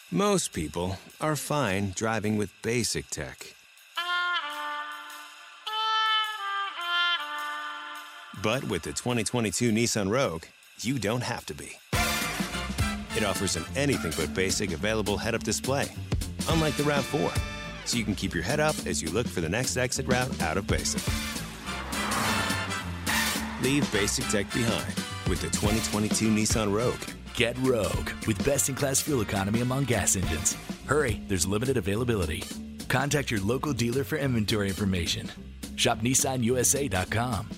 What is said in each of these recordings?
Most people are fine driving with basic tech. But with the 2022 Nissan Rogue, you don't have to be. It offers an anything-but-basic available head-up display, unlike the RAV4, so you can keep your head up as you look for the next exit route out of basic. Leave basic tech behind with the 2022 Nissan Rogue. Get Rogue with best-in-class fuel economy among gas engines. Hurry, there's limited availability. Contact your local dealer for inventory information. Shop NissanUSA.com.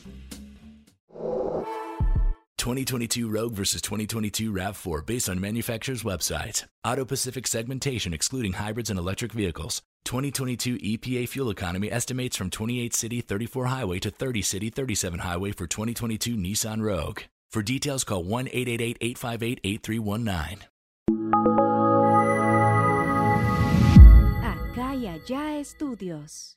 2022 Rogue versus 2022 RAV4 based on manufacturer's website. Auto-Pacific segmentation excluding hybrids and electric vehicles. 2022 EPA fuel economy estimates from 28 city 34 highway to 30 city 37 highway for 2022 Nissan Rogue. For details, call 1-888-858-8319. Acá y allá estudios.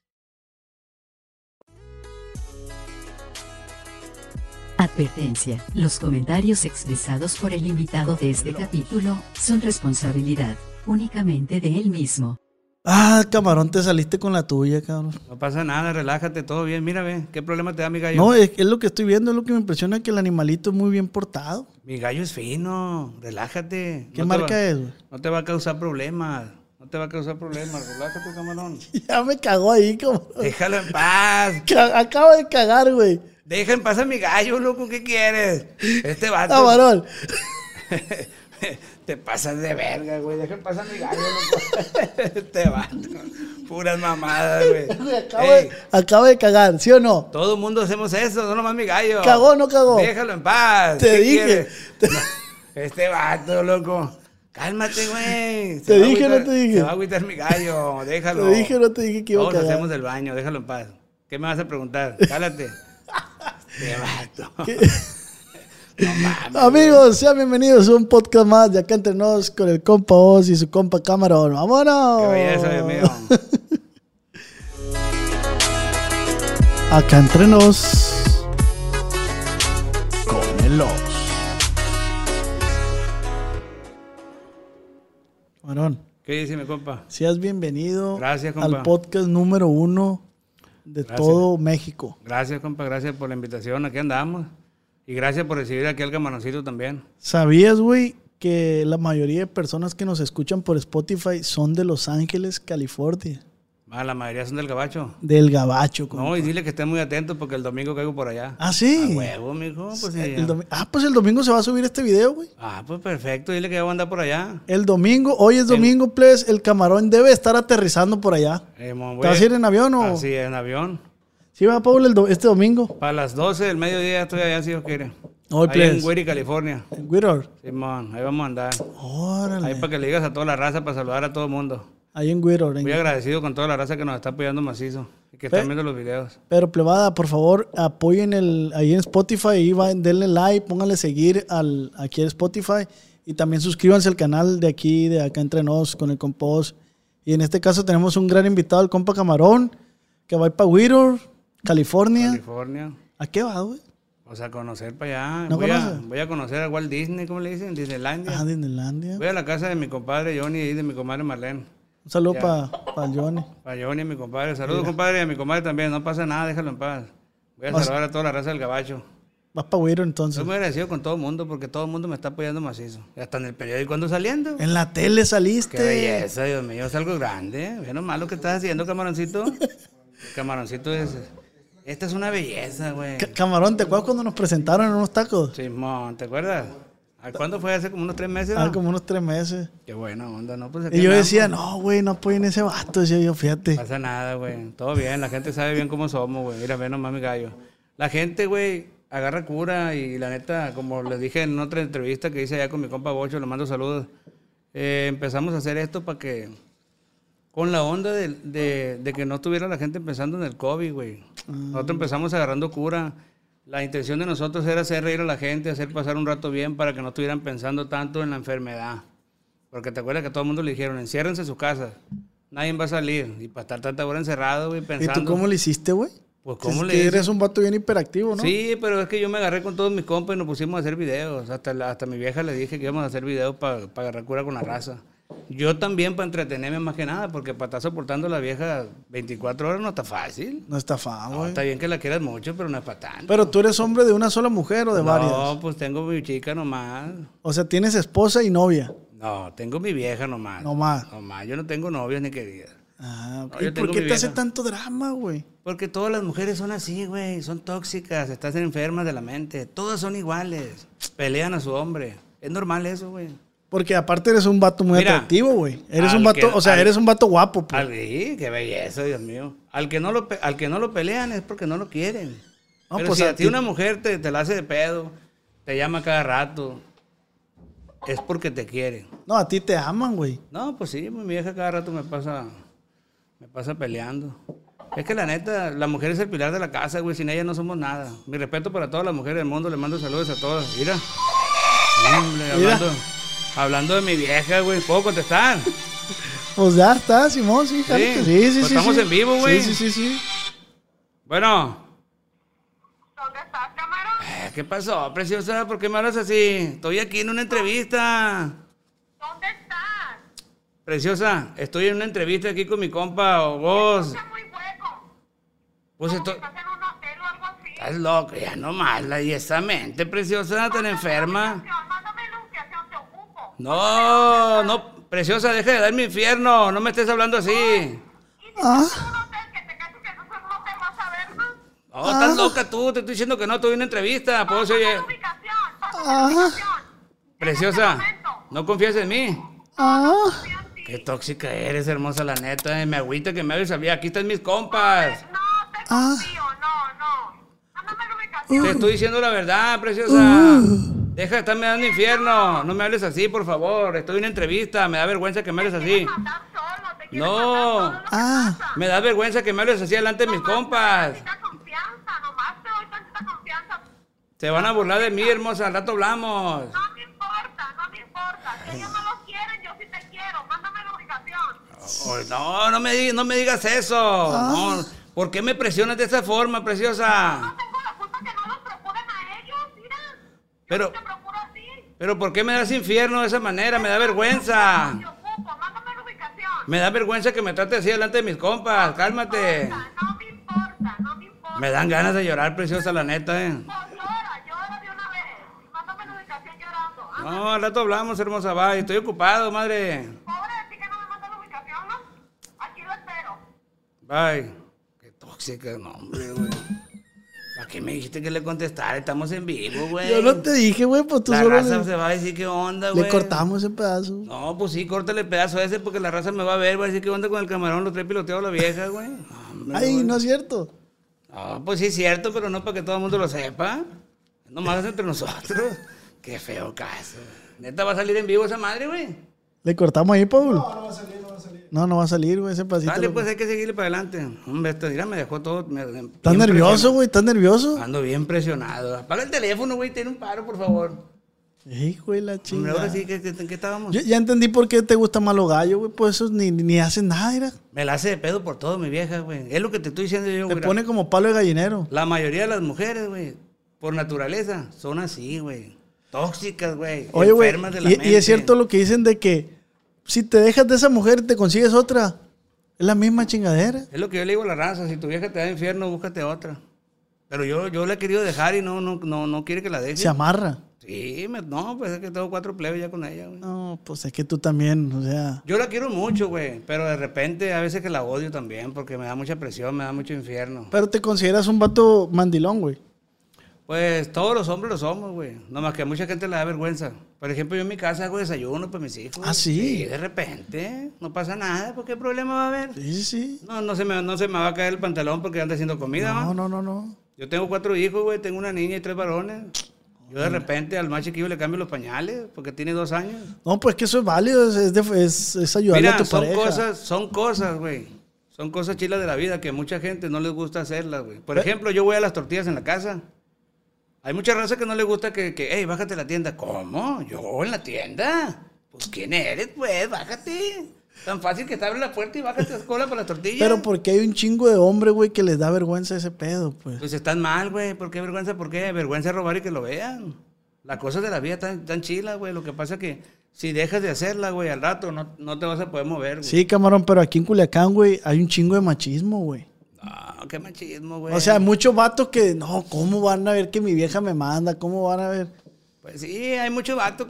Advertencia: los comentarios expresados por el invitado de este capítulo son responsabilidad únicamente de él mismo. Ah, camarón, te saliste con la tuya, cabrón. No pasa nada, relájate, todo bien. Mira, ve, ¿qué problema te da mi gallo? No, es lo que estoy viendo, es lo que me impresiona, que el animalito es muy bien portado. Mi gallo es fino, relájate. ¿Qué marca es, güey? No te va a causar problemas. No te va a causar problemas, relájate, camarón. Ya me cagó ahí, camarón. Déjalo en paz. Acabo de cagar, güey. Deja en paz a mi gallo, loco, ¿qué quieres? Este vato. Camarón. Te pasas de verga, güey. Deja en paz a mi gallo, loco. Este vato. Puras mamadas, güey. Acabo de cagar, ¿sí o no? Todo el mundo hacemos eso, no nomás mi gallo. ¿Cagó o no cagó? Déjalo en paz. Te dije. Este vato, loco. Cálmate, güey. Te dije o no te dije. Se va a agüitar mi gallo, déjalo. Te dije o no te dije que iba a cagar. Todos hacemos del baño, déjalo en paz. ¿Qué me vas a preguntar? Cálate. Este vato. No mames, amigos, sean bienvenidos a un podcast más de Acá Entre Nos con el compa Oz y su compa Camarón. ¡Vámonos! Qué belleza, Dios mío. Acá Entre Nos con el Oz. Camarón. ¿Qué dice mi compa? Seas bienvenido. Gracias, compa. Al podcast número 1 de todo México. Gracias, compa. Gracias por la invitación. Aquí andamos. Y gracias por recibir aquí al camaroncito también. ¿Sabías, güey, que la mayoría de personas que nos escuchan por Spotify son de Los Ángeles, California? Ah, la mayoría son del Gabacho. Del Gabacho, compa. No, y dile que estén muy atentos porque el domingo caigo por allá. ¿Ah, sí? A huevo, mijo. Pues, sí, pues el domingo se va a subir este video, güey. Ah, pues perfecto. Dile que ya voy a andar por allá. El domingo, hoy es domingo, please. El Camarón debe estar aterrizando por allá. ¿Te vas a ir en avión o...? Sí, en avión. ¿Sí va, Paul, este domingo? Para las 12 del mediodía estoy allá, si Dios quiere. Hoy, ahí en Whittier, California. ¿En Whittier? Simón, ahí vamos a andar. Órale. Ahí para que le digas a toda la raza, para saludar a todo el mundo. Ahí en Whittier. Muy agradecido con toda la raza que nos está apoyando macizo y que están viendo los videos. Pero, plebada, por favor, apoyen ahí en Spotify, ahí denle like, pónganle seguir aquí en Spotify y también suscríbanse al canal de aquí, de Acá Entre Nos, con el compa Oz. Y en este caso tenemos un gran invitado, el compa Camarón, que va a ir para Whittier, California. ¿A qué va, güey? O sea, conocer para allá. ¿No voy a conocer a Walt Disney, ¿cómo le dicen? Disneylandia. Ah, Disneylandia. Voy a la casa de mi compadre Johnny y de mi comadre Marlene. Un saludo para Johnny. Para Johnny y mi compadre. Saludos, compadre, y a mi comadre también. No pasa nada, déjalo en paz. Voy a saludar a toda la raza del Gabacho. Vas para Whittier, entonces. Estoy muy agradecido con todo el mundo porque todo el mundo me está apoyando macizo. Y hasta en el periódico ando saliendo. En la tele saliste. Qué belleza, Dios mío, es algo grande. Ve nomás lo que estás haciendo, camaroncito. Camaroncito es... Esta es una belleza, güey. Camarón, ¿te acuerdas cuando nos presentaron en unos tacos? Simón, ¿te acuerdas? ¿Cuándo fue? ¿Hace como unos 3 meses? Ah, como unos 3 meses. Qué buena onda, ¿no? Pues y yo decía, no, güey, no apoyen ese vato, decía yo, fíjate. No pasa nada, güey. Todo bien, la gente sabe bien cómo somos, güey. Mira, ve nomás mi gallo. La gente, güey, agarra cura y la neta, como les dije en otra entrevista que hice allá con mi compa Bocho, le mando saludos. Empezamos a hacer esto para que... Con la onda de que no estuviera la gente pensando en el COVID, güey. Nosotros empezamos agarrando cura. La intención de nosotros era hacer reír a la gente, hacer pasar un rato bien para que no estuvieran pensando tanto en la enfermedad. Porque te acuerdas que a todo el mundo le dijeron, enciérrense en su casa, nadie va a salir. Y para estar tanta hora encerrado, güey, pensando... ¿Y tú cómo le hiciste, güey? Pues cómo le hice. hice. Eres un vato bien hiperactivo, ¿no? Sí, pero es que yo me agarré con todos mis compas y nos pusimos a hacer videos. Hasta mi vieja le dije que íbamos a hacer videos para agarrar cura con la raza. Yo también para entretenerme más que nada, porque para estar soportando a la vieja 24 horas no está fácil. No está fácil, No, güey. está bien que la quieras mucho, pero no es para tanto. Pero tú eres hombre de una sola mujer o de varias. No, pues tengo mi chica nomás. O sea, tienes esposa y novia. No, tengo mi vieja nomás. Nomás. Nomás, yo no tengo novias ni queridas. Ah, ok. No, yo ¿Y por tengo qué mi te hace vieja. tanto drama, güey? Porque todas las mujeres son así, güey. Son tóxicas, estás enfermas de la mente. Todas son iguales. Pelean a su hombre. Es normal eso, güey. Porque aparte eres un vato muy Mira, atractivo, güey. Eres un al vato, que- o sea, al- eres un vato guapo, pues. Sí, qué belleza, Dios mío. Al que no lo pelean es porque no lo quieren. No, Pero pues si a a ti ti- una mujer te la hace de pedo, te llama cada rato, es porque te quieren. No, a ti te aman, güey. No, pues sí, mi vieja cada rato me pasa peleando. Es que la neta, la mujer es el pilar de la casa, güey. Sin ella no somos nada. Mi respeto para todas las mujeres del mundo. Le mando saludos a todas. Mira. Hombre, Mira. hablando de mi vieja, güey. ¿Puedo contestar? Pues ya está, Simón, sí, claro que sí, sí, Pues sí. estamos sí. en vivo, güey. Sí, sí, sí, sí. Bueno. ¿Dónde estás, camarón? ¿Qué pasó, preciosa? ¿Por qué me hablas así? Estoy aquí en una entrevista. ¿Dónde estás? Preciosa, estoy en una entrevista aquí con mi compa o vos. Está muy hueco. Pues Como que esto... estás en un hotel o algo así. Estás loca, ya no más, y esa mente preciosa tan enferma. Mándame la ubicación, te ocupo. No, no, preciosa, deja de darme infierno, no me estés hablando así. Y si Ah. estás en un hotel, que te cases que no es un hotel, vas a ver, ¿no? No, estás loca tú, te estoy diciendo que no, estoy en una entrevista, por eso Pásame oye. la ubicación, pásame la ubicación. Preciosa, En este momento. ¿no confías en mí? Ah, Confío en ti. Qué tóxica eres, hermosa, la neta, me agüita que me hables a mí, aquí están mis compas. No te confío, no. Mándame la ubicación. Te estoy diciendo la verdad, preciosa. Deja de estarme dando infierno, no me hables así, por favor, estoy en una entrevista, me da vergüenza que me hables así. Matar solo, te quieres No. matar solo, lo que Ah. pasa. Me da vergüenza que me hables así delante de mis compas. Tantita confianza, nomás te doy tantita confianza. Se van a burlar de mí, hermosa, al rato hablamos. No me importa, no me importa. Si ellos no lo quieren, yo sí te quiero. Mándame la ubicación. Ay, no, no me digas eso. No, ¿por qué me presionas de esa forma, preciosa? No tengo la culpa que no los procuren a ellos, mira. Yo Pero- sí te procuro a ti. Pero ¿por qué me das infierno de esa manera? Me da vergüenza. Te ocupo, mándame la ubicación. Me da vergüenza que me trates así delante de mis compas. Cálmate. No me importa, no me importa. Me dan ganas de llorar, preciosa, la neta, Pues llora de una vez. Mándame la ubicación llorando. Ah, No, al rato hablamos, hermosa, bye. Estoy ocupado, madre. pobre de ti que no me manda la ubicación, ¿no? Aquí lo espero. Bye. Qué tóxica, no, hombre, güey. ¿Para qué me dijiste que le contestara? Estamos en vivo, güey. yo no te dije, güey, pues tú La solo raza le, se va a decir qué onda, güey. le cortamos ese pedazo. No, pues sí, córtale el pedazo ese porque la raza me va a ver, va a decir qué onda con el camarón, lo trae piloteado la vieja, güey. Hombre, Ay, güey. no es cierto. No, pues sí es cierto, pero no para que todo el mundo lo sepa. Nomás entre nosotros. Qué feo caso. ¿Neta va a salir en vivo esa madre, güey? ¿Le cortamos ahí, Paul? No va a salir, no va a salir, güey, ese pasito. Dale, pues hay que seguirle para adelante. Hombre, esto, mira, me dejó todo. ¿Estás nervioso, güey? ¿Estás nervioso? Ando bien presionado. Apaga el teléfono, güey, ten un paro, por favor. Hijo de la Hombre, chingada. ahora sí, ¿en qué estábamos? Yo ya entendí por qué te gusta más los gallos, güey. Pues esos ni hacen nada, era. Me la hace de pedo por todo, mi vieja, güey. Es lo que te estoy diciendo yo, Te güey. pone como palo de gallinero. La mayoría de las mujeres, güey, por naturaleza, son así, güey. Tóxicas, güey. Oye, güey, Enfermas de la y mente. es cierto lo que dicen de que si te dejas de esa mujer y te consigues otra, es la misma chingadera. Es lo que yo le digo a la raza. Si tu vieja te da infierno, búscate otra. Pero yo la he querido dejar y no quiere que la deje. Se amarra. Sí, no, pues es que tengo 4 plebes ya con ella, güey. No, pues es que tú también, o sea. Yo la quiero mucho, güey. Pero de repente a veces que la odio también porque me da mucha presión, me da mucho infierno. Pero te consideras un vato mandilón, güey. Pues todos los hombres lo somos, güey. Nomás que a mucha gente le da vergüenza. Por ejemplo, yo en mi casa hago desayuno para mis hijos. ¿Ah, sí? Sí, de repente. No pasa nada. ¿Por qué problema va a haber? Sí, sí, sí. No se me va a caer el pantalón porque anda haciendo comida, ¿va? No. Yo tengo 4 hijos, güey. Tengo una niña y 3 varones. Yo de repente al más chiquillo le cambio los pañales porque tiene 2 años. No, pues que eso es válido, es ayudarle a Mira, tu son pareja. cosas, güey. Son cosas chilas de la vida que a mucha gente no les gusta hacerlas, güey. Por ejemplo, yo voy a las tortillas en la casa. Hay mucha raza que no le gusta hey, bájate a la tienda. ¿Cómo? ¿Yo en la tienda? Pues, ¿quién eres, pues? Bájate. Tan fácil que te abres la puerta y bájate a la cola para las tortillas. Pero porque hay un chingo de hombres, güey, que les da vergüenza ese pedo, pues. Pues están mal, güey. ¿Por qué vergüenza? ¿Por qué? Vergüenza es robar y que lo vean. Las cosas de la vida están chilas, güey. Lo que pasa es que si dejas de hacerla, güey, al rato no te vas a poder mover, güey. Sí, camarón, pero aquí en Culiacán, güey, hay un chingo de machismo, güey. No, qué machismo, güey. O sea, muchos vatos que, no, ¿cómo van a ver que mi vieja me manda? ¿Cómo van a ver? Pues sí, hay muchos vatos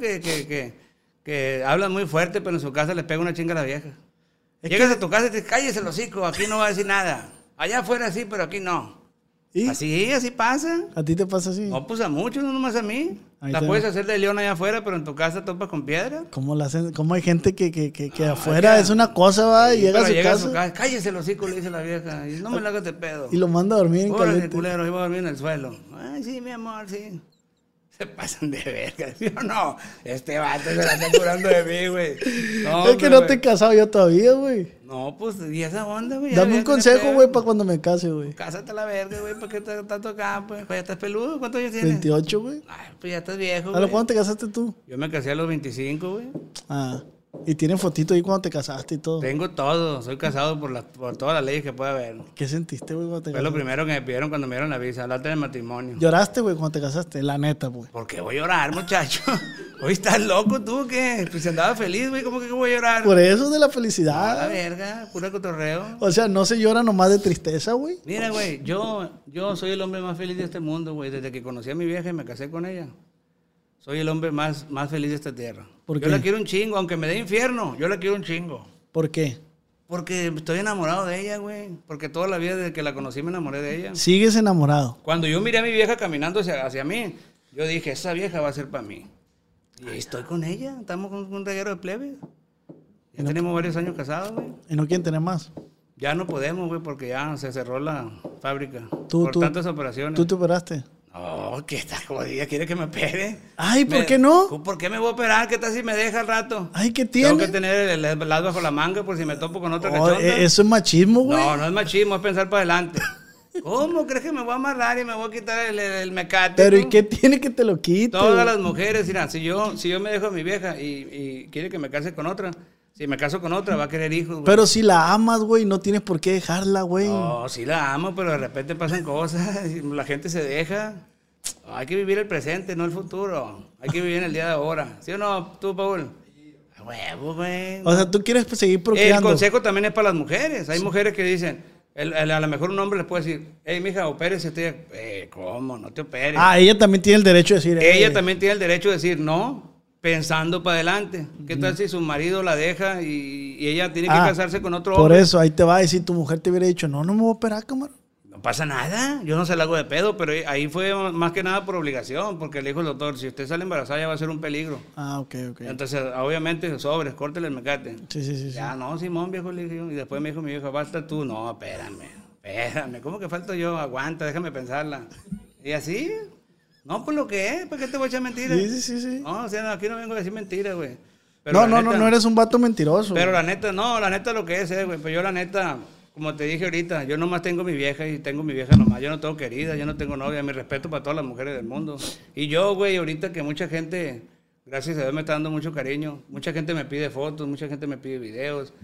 que hablan muy fuerte, pero en su casa les pega una chinga a la vieja. Llegas a tu casa y te dices, cállese el hocico, aquí no va a decir nada. Allá afuera sí, pero aquí no. ¿Y? Así pasa. ¿A ti te pasa así? No, pues a muchos, no nomás a mí. Ahí La está. puedes hacer de león allá afuera, pero en tu casa topas con piedra. ¿Cómo la hacen? ¿Cómo hay gente que afuera es una cosa, va, y Sí, llega a pero su llega casa cállese el hocico, le dice la vieja. Y no me lo hagas de pedo. y lo manda a dormir en Órale, caliente? culero, iba a dormir en el suelo. Ay, sí, mi amor, sí. Se pasan de verga, ¿sí o no? Este vato se la está curando de mí, güey. No, Es que no güey. te he casado yo todavía, güey. No, pues, ¿y esa onda, güey? Dame un consejo, güey, para cuando me case, güey. Cásate a la verga, güey, ¿para qué estás acá, pues? Ya estás peludo, ¿cuántos años tienes? 28, güey. Ay, pues ya estás viejo, ¿A güey. lo cuándo te casaste tú? Yo me casé a los 25, güey. Ah, y tienen fotito ahí cuando te casaste y todo. Tengo todo, soy casado por todas las leyes que pueda haber. ¿Qué sentiste, güey, cuando te Fue lo casaste? primero que me pidieron cuando me dieron la visa, hablarte del matrimonio. ¿Lloraste, güey, cuando te casaste? La neta, güey. ¿Por qué voy a llorar, muchacho? Hoy estás loco tú, ¿qué? Pues andaba feliz, güey, ¿cómo que voy a llorar? Por eso de la A la felicidad. verga, pura cotorreo. O sea, no se llora nomás de tristeza, güey. Mira, güey, yo soy el hombre más feliz de este mundo, güey. Desde que conocí a mi vieja y me casé con ella. Soy el hombre más feliz de esta tierra. ¿Por Yo qué? la quiero un chingo, aunque me dé infierno, yo la quiero un chingo. ¿Por qué? Porque estoy enamorado de ella, güey. Porque toda la vida desde que la conocí me enamoré de ella. Sigues enamorado. Cuando yo miré a mi vieja caminando hacia mí, yo dije, esa vieja va a ser para mí. Y ahí estoy con ella, estamos con un reguero de plebes. Ya tenemos varios años casados, güey. ¿Y no quieren tener más? Ya no podemos, güey, porque ya se cerró la fábrica. Tú- por tú- tantas operaciones. ¿Tú te operaste? No, que está jodida, quiere que me opere. Ay, ¿por qué no? ¿Por qué me voy a operar? ¿Qué tal si me deja al rato? Ay, ¿qué Tengo tiene? que tener el as bajo la manga por si me topo con otra Oh, cachonda. eso es machismo, güey. No es machismo, es pensar para adelante. ¿Cómo crees que me voy a amarrar y me voy a quitar el mecate? Pero tú? ¿y qué tiene que te lo quite? Todas las mujeres, mira, si yo me dejo a mi vieja y quiere que me case con otra, si me caso con otra va a querer hijos, güey. Pero si la amas, güey, no tienes por qué dejarla, güey. No, sí la amo, pero de repente pasan cosas y la gente se deja. Hay que vivir el presente, no el futuro. Hay que vivir en el día de ahora. ¿Sí o no, tú, Paul? A huevo, güey. O sea, tú quieres seguir El procreando. consejo también es para las mujeres. Hay mujeres que dicen, a lo mejor un hombre les puede decir, hey, mija, opérese. ¿Cómo? No te operes. Ah, ella también tiene el derecho de decir. Ella también tiene el derecho de decir no, pensando para adelante. ¿Qué tal si su marido la deja y ella tiene que casarse con otro Por hombre? eso, ahí te va a decir, tu mujer te hubiera dicho, no me voy a operar, camarón. No pasa nada, yo no se la hago de pedo, pero ahí fue más que nada por obligación, porque le dijo el doctor, si usted sale embarazada ya va a ser un peligro. Ah, ok. Entonces, obviamente, sobres, córtele el mecate. Sí. Ya, no, Simón, viejo, le dije yo. Y después me dijo mi vieja, basta tú. No, espérame, ¿cómo que falto yo? Aguanta, déjame pensarla. Y así, no, pues lo que es, ¿para qué te voy a echar mentiras? Sí. No, o sea, aquí no vengo a decir mentiras, güey. Pero No, la neta- no eres un vato mentiroso. Pero güey. la neta lo que es, güey. Pues yo la neta, como te dije ahorita, yo nomás tengo mi vieja y tengo mi vieja nomás. Yo no tengo querida, yo no tengo novia. Mi respeto para todas las mujeres del mundo. Y yo, güey, ahorita que mucha gente, gracias a Dios, me está dando mucho cariño. Mucha gente me pide fotos, mucha gente me pide videos.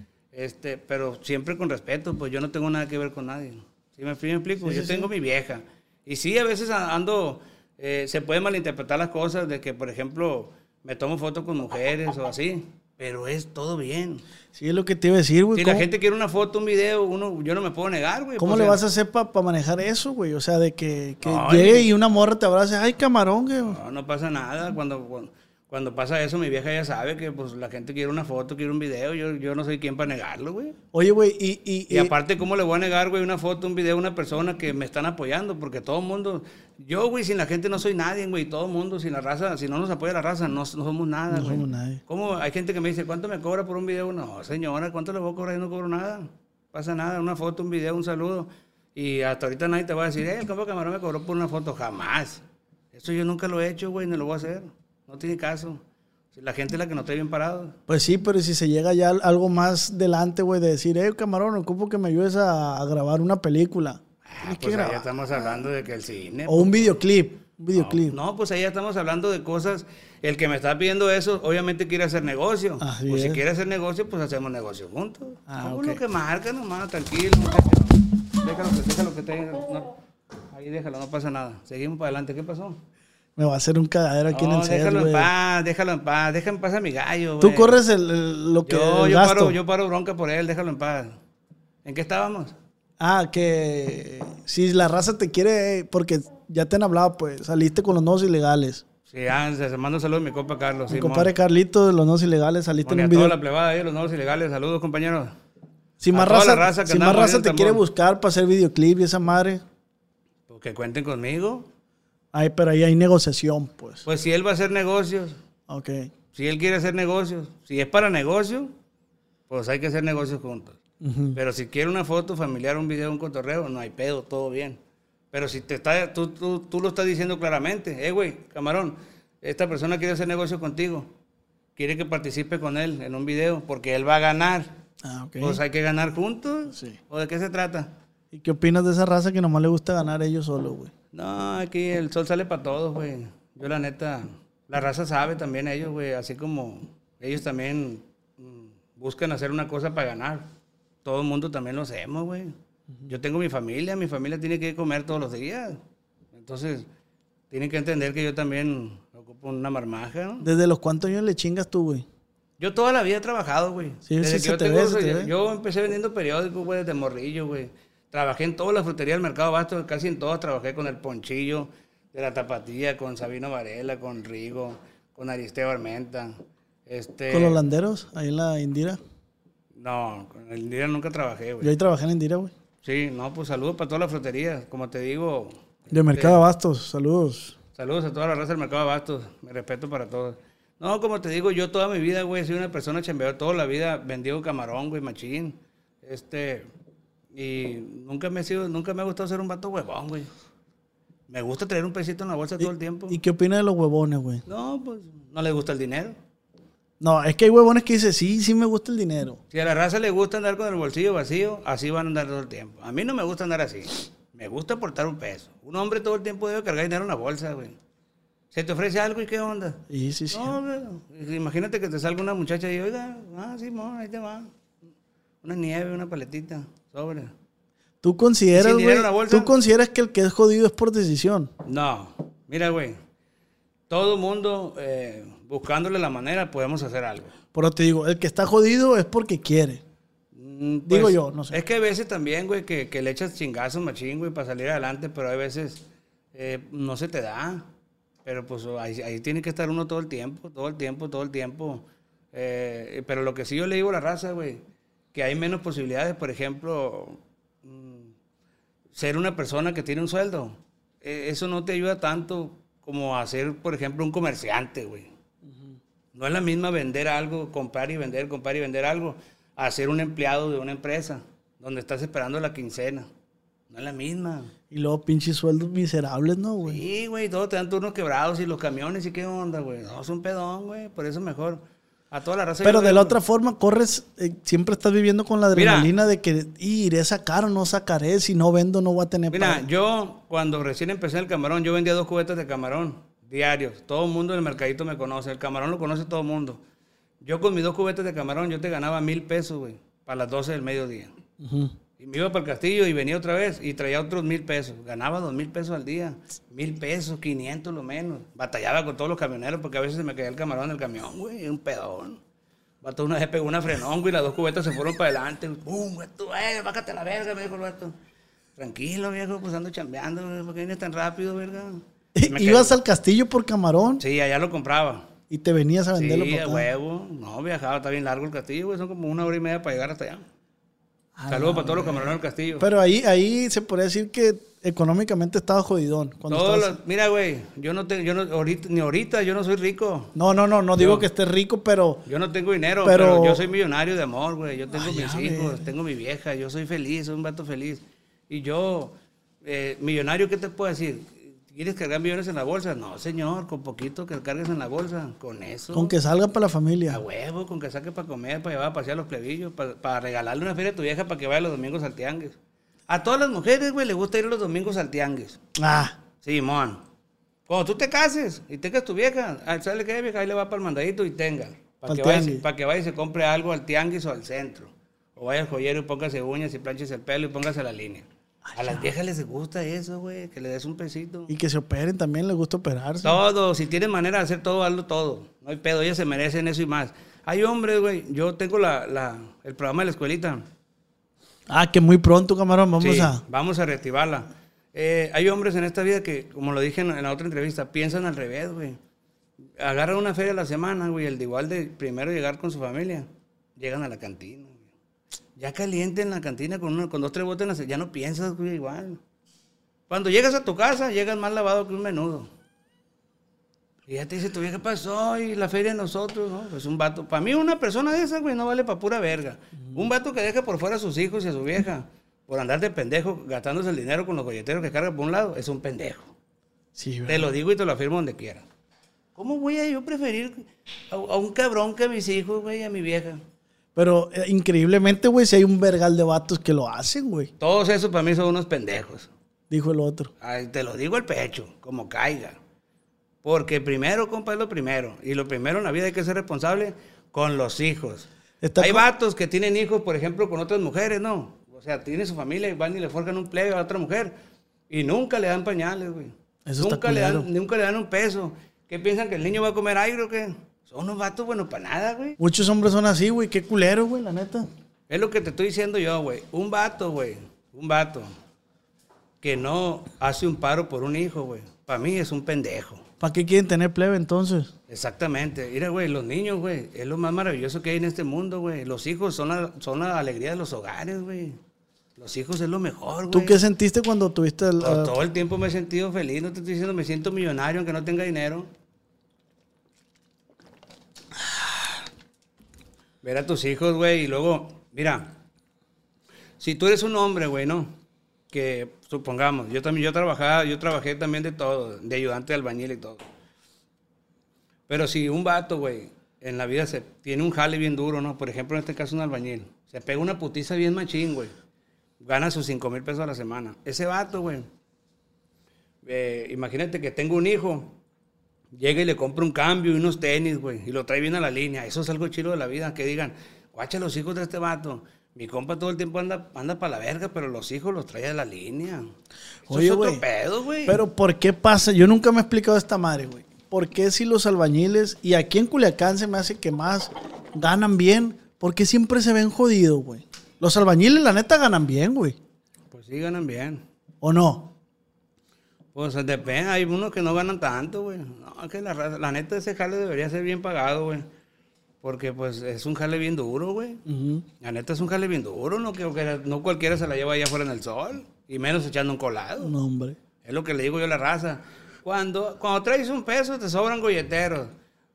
Pero siempre con respeto, pues yo no tengo nada que ver con nadie. ¿Sí me explico? Yo tengo mi vieja. Y sí, a veces ando, se pueden malinterpretar las cosas de que, por ejemplo, me tomo fotos con mujeres o así. Pero es todo bien. Sí, es lo que te iba a decir, güey. Si la gente quiere una foto, un video, yo no me puedo negar, güey. ¿Cómo pues, le o sea, vas a hacer para manejar eso, güey? O sea, de que No, llegue y una morra te abrace, ay, camarón, güey. No pasa nada. Cuando pasa eso, mi vieja ya sabe que pues la gente quiere una foto, quiere un video. Yo no soy quien para negarlo, güey. Oye, güey, Y aparte, ¿cómo le voy a negar, güey, una foto, un video a una persona que me están apoyando? Porque todo el mundo... Yo, güey, sin la gente no soy nadie, güey. Todo el mundo, sin la raza, si no nos apoya la raza, no somos nada, No güey. somos nadie. ¿Cómo? Hay gente que me dice, ¿cuánto me cobra por un video? No, señora, ¿cuánto le voy a cobrar? Yo no cobro nada. Pasa nada, una foto, un video, un saludo. Y hasta ahorita nadie te va a decir, el compa Camarón me cobró por una foto. Jamás. Eso yo nunca lo he hecho, güey, ni lo voy a hacer. No tiene caso. La gente es la que no está bien parado. Pues sí, pero si se llega ya algo más delante, güey, de decir, camarón, ocupo que me ayudes a grabar una película. Tienes que Pues ahí grabar. ya estamos hablando de que el cine... O un videoclip. Un videoclip. No, pues ahí ya estamos hablando de cosas. El que me está pidiendo eso, obviamente quiere hacer negocio. Así Pues si es. quiere hacer negocio, pues hacemos negocio juntos. Ok. Lo que marca nomás, tranquilo, muchacho. Déjalo que esté. No, ahí déjalo, no pasa nada. Seguimos para adelante. ¿Qué pasó? Me va a hacer un cagadero aquí en el set, déjalo güey. déjalo en paz, deja en paz a mi gallo, güey. Tú corres el gasto. Yo paro bronca por él, déjalo en paz. ¿En qué estábamos? Ah, que si la raza te quiere, porque ya te han hablado, pues, saliste con los nodos ilegales. Sí, se manda un saludo a mi compa Carlos. Mi compadre Carlito de los nodos ilegales, saliste en un video. Toda la plebada ahí, los nodos ilegales. Saludos, compañeros. Si más raza te quiere buscar para hacer videoclip y esa madre. Pues que cuenten conmigo. Ay, pero ahí hay negociación, pues. Pues si él va a hacer negocios. Ok. Si él quiere hacer negocios. Si es para negocio, pues hay que hacer negocios juntos. Ujú. Pero si quiere una foto familiar, un video, un cotorreo, no hay pedo, todo bien. Pero si tú lo estás diciendo claramente, güey, camarón, esta persona quiere hacer negocio contigo, quiere que participe con él en un video, porque él va a ganar. Ah, ok. Pues hay que ganar juntos. Sí. ¿O de qué se trata? ¿Y qué opinas de esa raza que nomás le gusta ganar ellos solos, güey? No, aquí el sol sale para todos, güey. Yo la neta, la raza sabe también ellos, güey, así como ellos también buscan hacer una cosa para ganar. Todo el mundo también lo hacemos, güey. Yo tengo mi familia tiene que comer todos los días. Entonces, tienen que entender que yo también ocupo una marmaja, ¿no? ¿Desde los cuántos años le chingas tú, güey? Yo toda la vida he trabajado, güey. Sí, Desde sí, que se te ve. yo empecé vendiendo periódicos, güey, desde morrillo, güey. Trabajé en todas las fruterías del Mercado Abasto, casi en todas trabajé con el Ponchillo de la Tapatía, con Sabino Varela, con Rigo, con Aristeo Armenta. ¿Con los landeros? Ahí en la Indira. No, con el Indira nunca trabajé, güey. Yo ahí trabajé en Indira, güey. Sí, no, pues saludos para todas las fruterías. Como te digo... De Mercado Abastos, saludos. Saludos a toda la raza del Mercado Abastos. Mi respeto para todos. No, como te digo, yo toda mi vida, güey, soy una persona chambeadora. Toda la vida vendido camarón, güey, machín. Y nunca me ha gustado ser un vato huevón, güey. Me gusta traer un pesito en la bolsa todo el tiempo. ¿Y qué opinas de los huevones, güey? No, pues no le gusta el dinero. No, es que hay huevones que dicen, sí me gusta el dinero. Si a la raza le gusta andar con el bolsillo vacío, así van a andar todo el tiempo. A mí no me gusta andar así. Me gusta aportar un peso. Un hombre todo el tiempo debe cargar dinero en la bolsa, güey. Se te ofrece algo y qué onda. Sí. No, güey. Imagínate que te salga una muchacha y oiga, sí, ahí te va. Una nieve, una paletita, sobre. ¿Tú consideras, ¿Sin dinero güey, en la bolsa? tú consideras que el que es jodido es por decisión? No, mira, güey. Todo mundo buscándole la manera podemos hacer algo. Pero te digo, el que está jodido es porque quiere. Digo yo, no sé. Es que hay veces también, güey, que le echas chingazos machín, güey, para salir adelante, pero hay veces no se te da. Pero pues ahí tiene que estar uno todo el tiempo. Pero lo que sí yo le digo a la raza, güey, que hay menos posibilidades, por ejemplo, ser una persona que tiene un sueldo. Eso no te ayuda tanto como a ser, por ejemplo, un comerciante, güey. No es la misma vender algo, comprar y vender algo, a ser un empleado de una empresa, donde estás esperando la quincena. No es la misma. Y luego pinches sueldos miserables, ¿no, güey? Sí, güey, todos te dan turnos quebrados y los camiones y qué onda, güey. No, es un pedón, güey, por eso mejor. A toda la raza. Pero de la otra forma, corres, siempre estás viviendo con la adrenalina de que iré a sacar o no sacaré, si no vendo no voy a tener Mira, pago. yo cuando recién empecé el camarón, yo vendía 2 cubetas de camarón diarios. Todo el mundo en el mercadito me conoce, el camarón lo conoce todo el mundo. Yo con mis 2 cubetas de camarón, yo te ganaba 1,000 pesos, güey, para las 12 del mediodía. Y me iba para el castillo y venía otra vez y traía otros 1,000 pesos. Ganaba 2,000 pesos al día. 1,000 pesos, 500 lo menos. Batallaba con todos los camioneros porque a veces se me caía el camarón en el camión, güey, un pedón. Vato una vez pegó una frenón, güey, y las 2 cubetas se fueron para adelante. ¡Bum! Bájate a la verga, me dijo el vato. Tranquilo, viejo, pues ando chambeando, güey, ¿por qué vienes tan rápido, verga? ¿Ibas al castillo por camarón? Sí, allá lo compraba. ¿Y te venías a venderlo Sí, por a acá? huevo. No, viajaba, está bien largo el castillo, güey, son como 1 hora y media para llegar hasta allá. Saludos para todos los camarones del castillo. Pero ahí se podría decir que económicamente estaba jodidón. Mira, güey, ahorita yo no soy rico. No digo que estés rico, pero... Yo no tengo dinero, pero yo soy millonario de amor, güey. Yo tengo mis hijos, tengo mi vieja, yo soy feliz, soy un vato feliz. Y yo, millonario, ¿qué te puedo decir? ¿Quieres cargar millones en la bolsa? No, señor, con poquito que cargues en la bolsa, con eso. Con que salga para la familia. A huevo, con que saque para comer, para llevar a pasear a los plebillos, para regalarle una feria a tu vieja para que vaya los domingos al tianguis. A todas las mujeres, güey, les gusta ir los domingos al tianguis. Sí, mon. Cuando tú te cases y tengas tu vieja, ¿sabes qué, vieja? Ahí le va para el mandadito y tenga. Para que vaya y se compre algo al tianguis o al centro. O vaya al joyero y póngase uñas y planches el pelo y póngase la línea. A las viejas les gusta eso, güey, que le des un pesito. Y que se operen también, les gusta operarse. Todo, si tienen manera de hacer todo, hazlo todo. No hay pedo, ellas se merecen eso y más. Hay hombres, güey, yo tengo el programa de la escuelita. Ah, que muy pronto, camarón, vamos a reactivarla. Hay hombres en esta vida que, como lo dije en la otra entrevista, piensan al revés, güey. Agarran una feria a la semana, güey, el de igual de primero llegar con su familia. Llegan a la cantina, güey. Ya caliente en la cantina con 2, 3 botes, ya no piensas, güey, igual. Cuando llegas a tu casa, llegas más lavado que un menudo. Y ya te dice tu vieja, ¿qué pasó? Y la feria de nosotros, ¿no? Pues un vato. Para mí una persona de esa, güey, no vale para pura verga. Un vato que deja por fuera a sus hijos y a su vieja por andar de pendejo, gastándose el dinero con los golleteros que carga por un lado, es un pendejo. Sí, te lo digo y te lo afirmo donde quiera. ¿Cómo voy a yo preferir a un cabrón que a mis hijos, güey, a mi vieja? Pero increíblemente, güey, si hay un vergal de vatos que lo hacen, güey. Todos esos para mí son unos pendejos. Dijo el otro. Ay, te lo digo al pecho, como caiga. Porque primero, compa, es lo primero. Y lo primero en la vida hay que ser responsable con los hijos. Hay vatos que tienen hijos, por ejemplo, con otras mujeres, ¿no? O sea, tienen su familia y van y le forjan un plebe a otra mujer. Y nunca le dan pañales, güey. Nunca le dan un peso. ¿Qué piensan, que el niño va a comer aire o qué? Son unos vatos buenos para nada, güey. Muchos hombres son así, güey. Qué culero, güey, la neta. Es lo que te estoy diciendo yo, güey. Un vato, güey. Un vato que no hace un paro por un hijo, güey. Para mí es un pendejo. ¿Para qué quieren tener plebe entonces? Exactamente. Mira, güey, los niños, güey, es lo más maravilloso que hay en este mundo, güey. Los hijos son la alegría de los hogares, güey. Los hijos es lo mejor, güey. ¿Tú qué sentiste cuando tuviste Todo el tiempo me he sentido feliz. No te estoy diciendo me siento millonario aunque no tenga dinero. Ver a tus hijos, güey, y luego, mira, si tú eres un hombre, güey, ¿no? Que, supongamos, yo trabajé también de todo, de ayudante de albañil y todo. Pero si un vato, güey, en la vida tiene un jale bien duro, ¿no? Por ejemplo, en este caso un albañil, se pega una putiza bien machín, güey. Gana sus 5,000 pesos a la semana. Ese vato, güey, imagínate que tengo un hijo, llega y le compra un cambio y unos tenis, güey, y lo trae bien a la línea. Eso es algo chido de la vida, que digan, guacha, los hijos de este vato. Mi compa todo el tiempo anda para la verga, pero los hijos los trae a la línea. Eso es otro pedo, güey. Pero ¿por qué pasa? Yo nunca me he explicado esta madre, güey. ¿Por qué si los albañiles, y aquí en Culiacán se me hace que más ganan bien, por qué siempre se ven jodidos, güey? Los albañiles, la neta, ganan bien, güey. Pues sí, ganan bien. ¿O no? Pues depende, hay unos que no ganan tanto, güey. No, es que la neta, ese jale debería ser bien pagado, güey. Porque, pues, es un jale bien duro, güey. La neta es un jale bien duro, no cualquiera se la lleva allá afuera en el sol. Y menos echando un colado. No, hombre. Es lo que le digo yo a la raza. Cuando traes un peso, te sobran golleteros.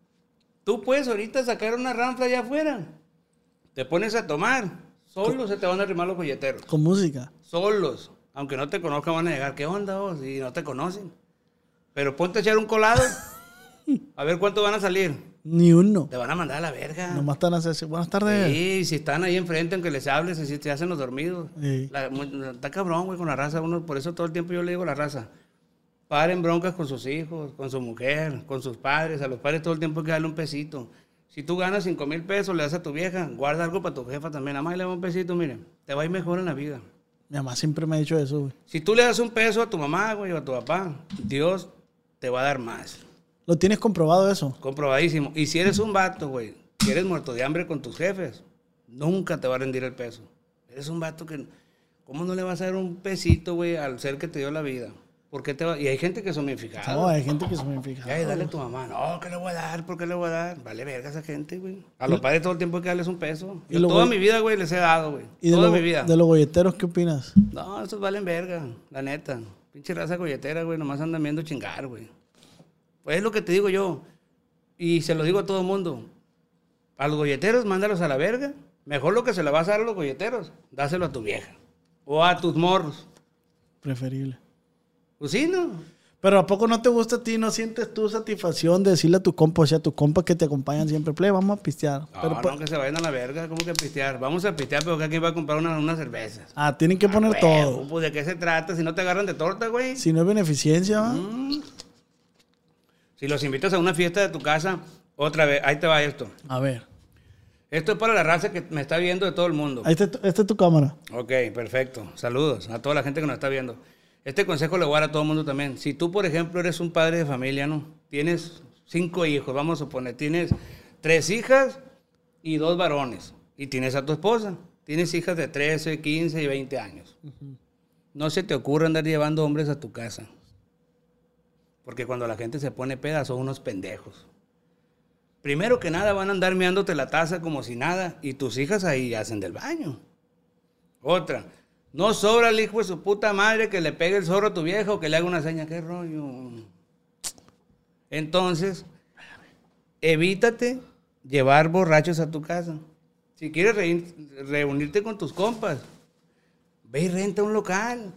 Tú puedes ahorita sacar una ranfla allá afuera. Te pones a tomar. Solos se te van a arrimar los golleteros. Con música. Solos. Aunque no te conozcan, van a llegar. ¿Qué onda vos? Y no te conocen. Pero ponte a echar un colado. A ver cuánto van a salir. Ni uno. Te van a mandar a la verga. Nomás están a hacer buenas tardes. Sí, si están ahí enfrente, aunque les hables, si te hacen los dormidos. Sí. Está cabrón, güey, con la raza. Por eso todo el tiempo yo le digo a la raza, paren broncas con sus hijos, con su mujer, con sus padres. A los padres todo el tiempo hay que darle un pesito. Si tú ganas 5,000 pesos, le das a tu vieja, guarda algo para tu jefa también. Nada más le das un pesito, miren, te va a ir mejor en la vida. Mi mamá siempre me ha dicho eso, güey. Si tú le das un peso a tu mamá, güey, o a tu papá, Dios te va a dar más. ¿Lo tienes comprobado eso? Comprobadísimo. Y si eres un vato, güey, que eres muerto de hambre con tus jefes, nunca te va a rendir el peso. Eres un vato que, ¿cómo no le vas a dar un pesito, güey, al ser que te dio la vida? ¿Por qué te va? Y hay gente que son bien fijados. No, hay gente que son bien fijados. Ay, dale a tu mamá. No, ¿qué le voy a dar? ¿Por qué le voy a dar? Vale verga esa gente, güey. A los padres todo el tiempo hay que darles un peso. Yo toda mi vida, güey, les he dado, güey. Toda mi vida. ¿De los golleteros qué opinas? No, esos valen verga, la neta. Pinche raza golletera, güey, nomás andan viendo chingar, güey. Pues es lo que te digo yo. Y se lo digo a todo el mundo. A los golleteros, mándalos a la verga. Mejor lo que se le vas a dar a los golleteros, dáselo a tu vieja. O a tus morros. Preferible. Pues sí, ¿no? Pero ¿a poco no te gusta a ti? ¿No sientes tu satisfacción de decirle a tu compa, o sea, a tu compa que te acompañan siempre? Play, vamos a pistear. No, pero, no, que se vayan a la verga. ¿Cómo que pistear? Vamos a pistear, pero ¿quién va a comprar unas cervezas? Ah, tienen que poner todo. Pues, ¿de qué se trata? Si no te agarran de torta, güey. Si no es beneficencia, ¿va? Si los invitas a una fiesta de tu casa, otra vez, ahí te va esto. A ver. Esto es para la raza que me está viendo de todo el mundo. Ahí esta es tu cámara. Ok, perfecto. Saludos a toda la gente que nos está viendo. Este consejo le voy a dar a todo el mundo también. Si tú, por ejemplo, eres un padre de familia, ¿no? Tienes 5 hijos, vamos a suponer. Tienes 3 hijas y 2 varones. Y tienes a tu esposa. Tienes hijas de 13, 15 y 20 años. No se te ocurra andar llevando hombres a tu casa. Porque cuando la gente se pone peda son unos pendejos. Primero que nada van a andar meándote la taza como si nada y tus hijas ahí hacen del baño. Otra, no sobra el hijo de su puta madre que le pegue el zorro a tu vieja o que le haga una seña. ¿Qué rollo? Entonces, evítate llevar borrachos a tu casa. Si quieres reunirte con tus compas, ve y renta un local.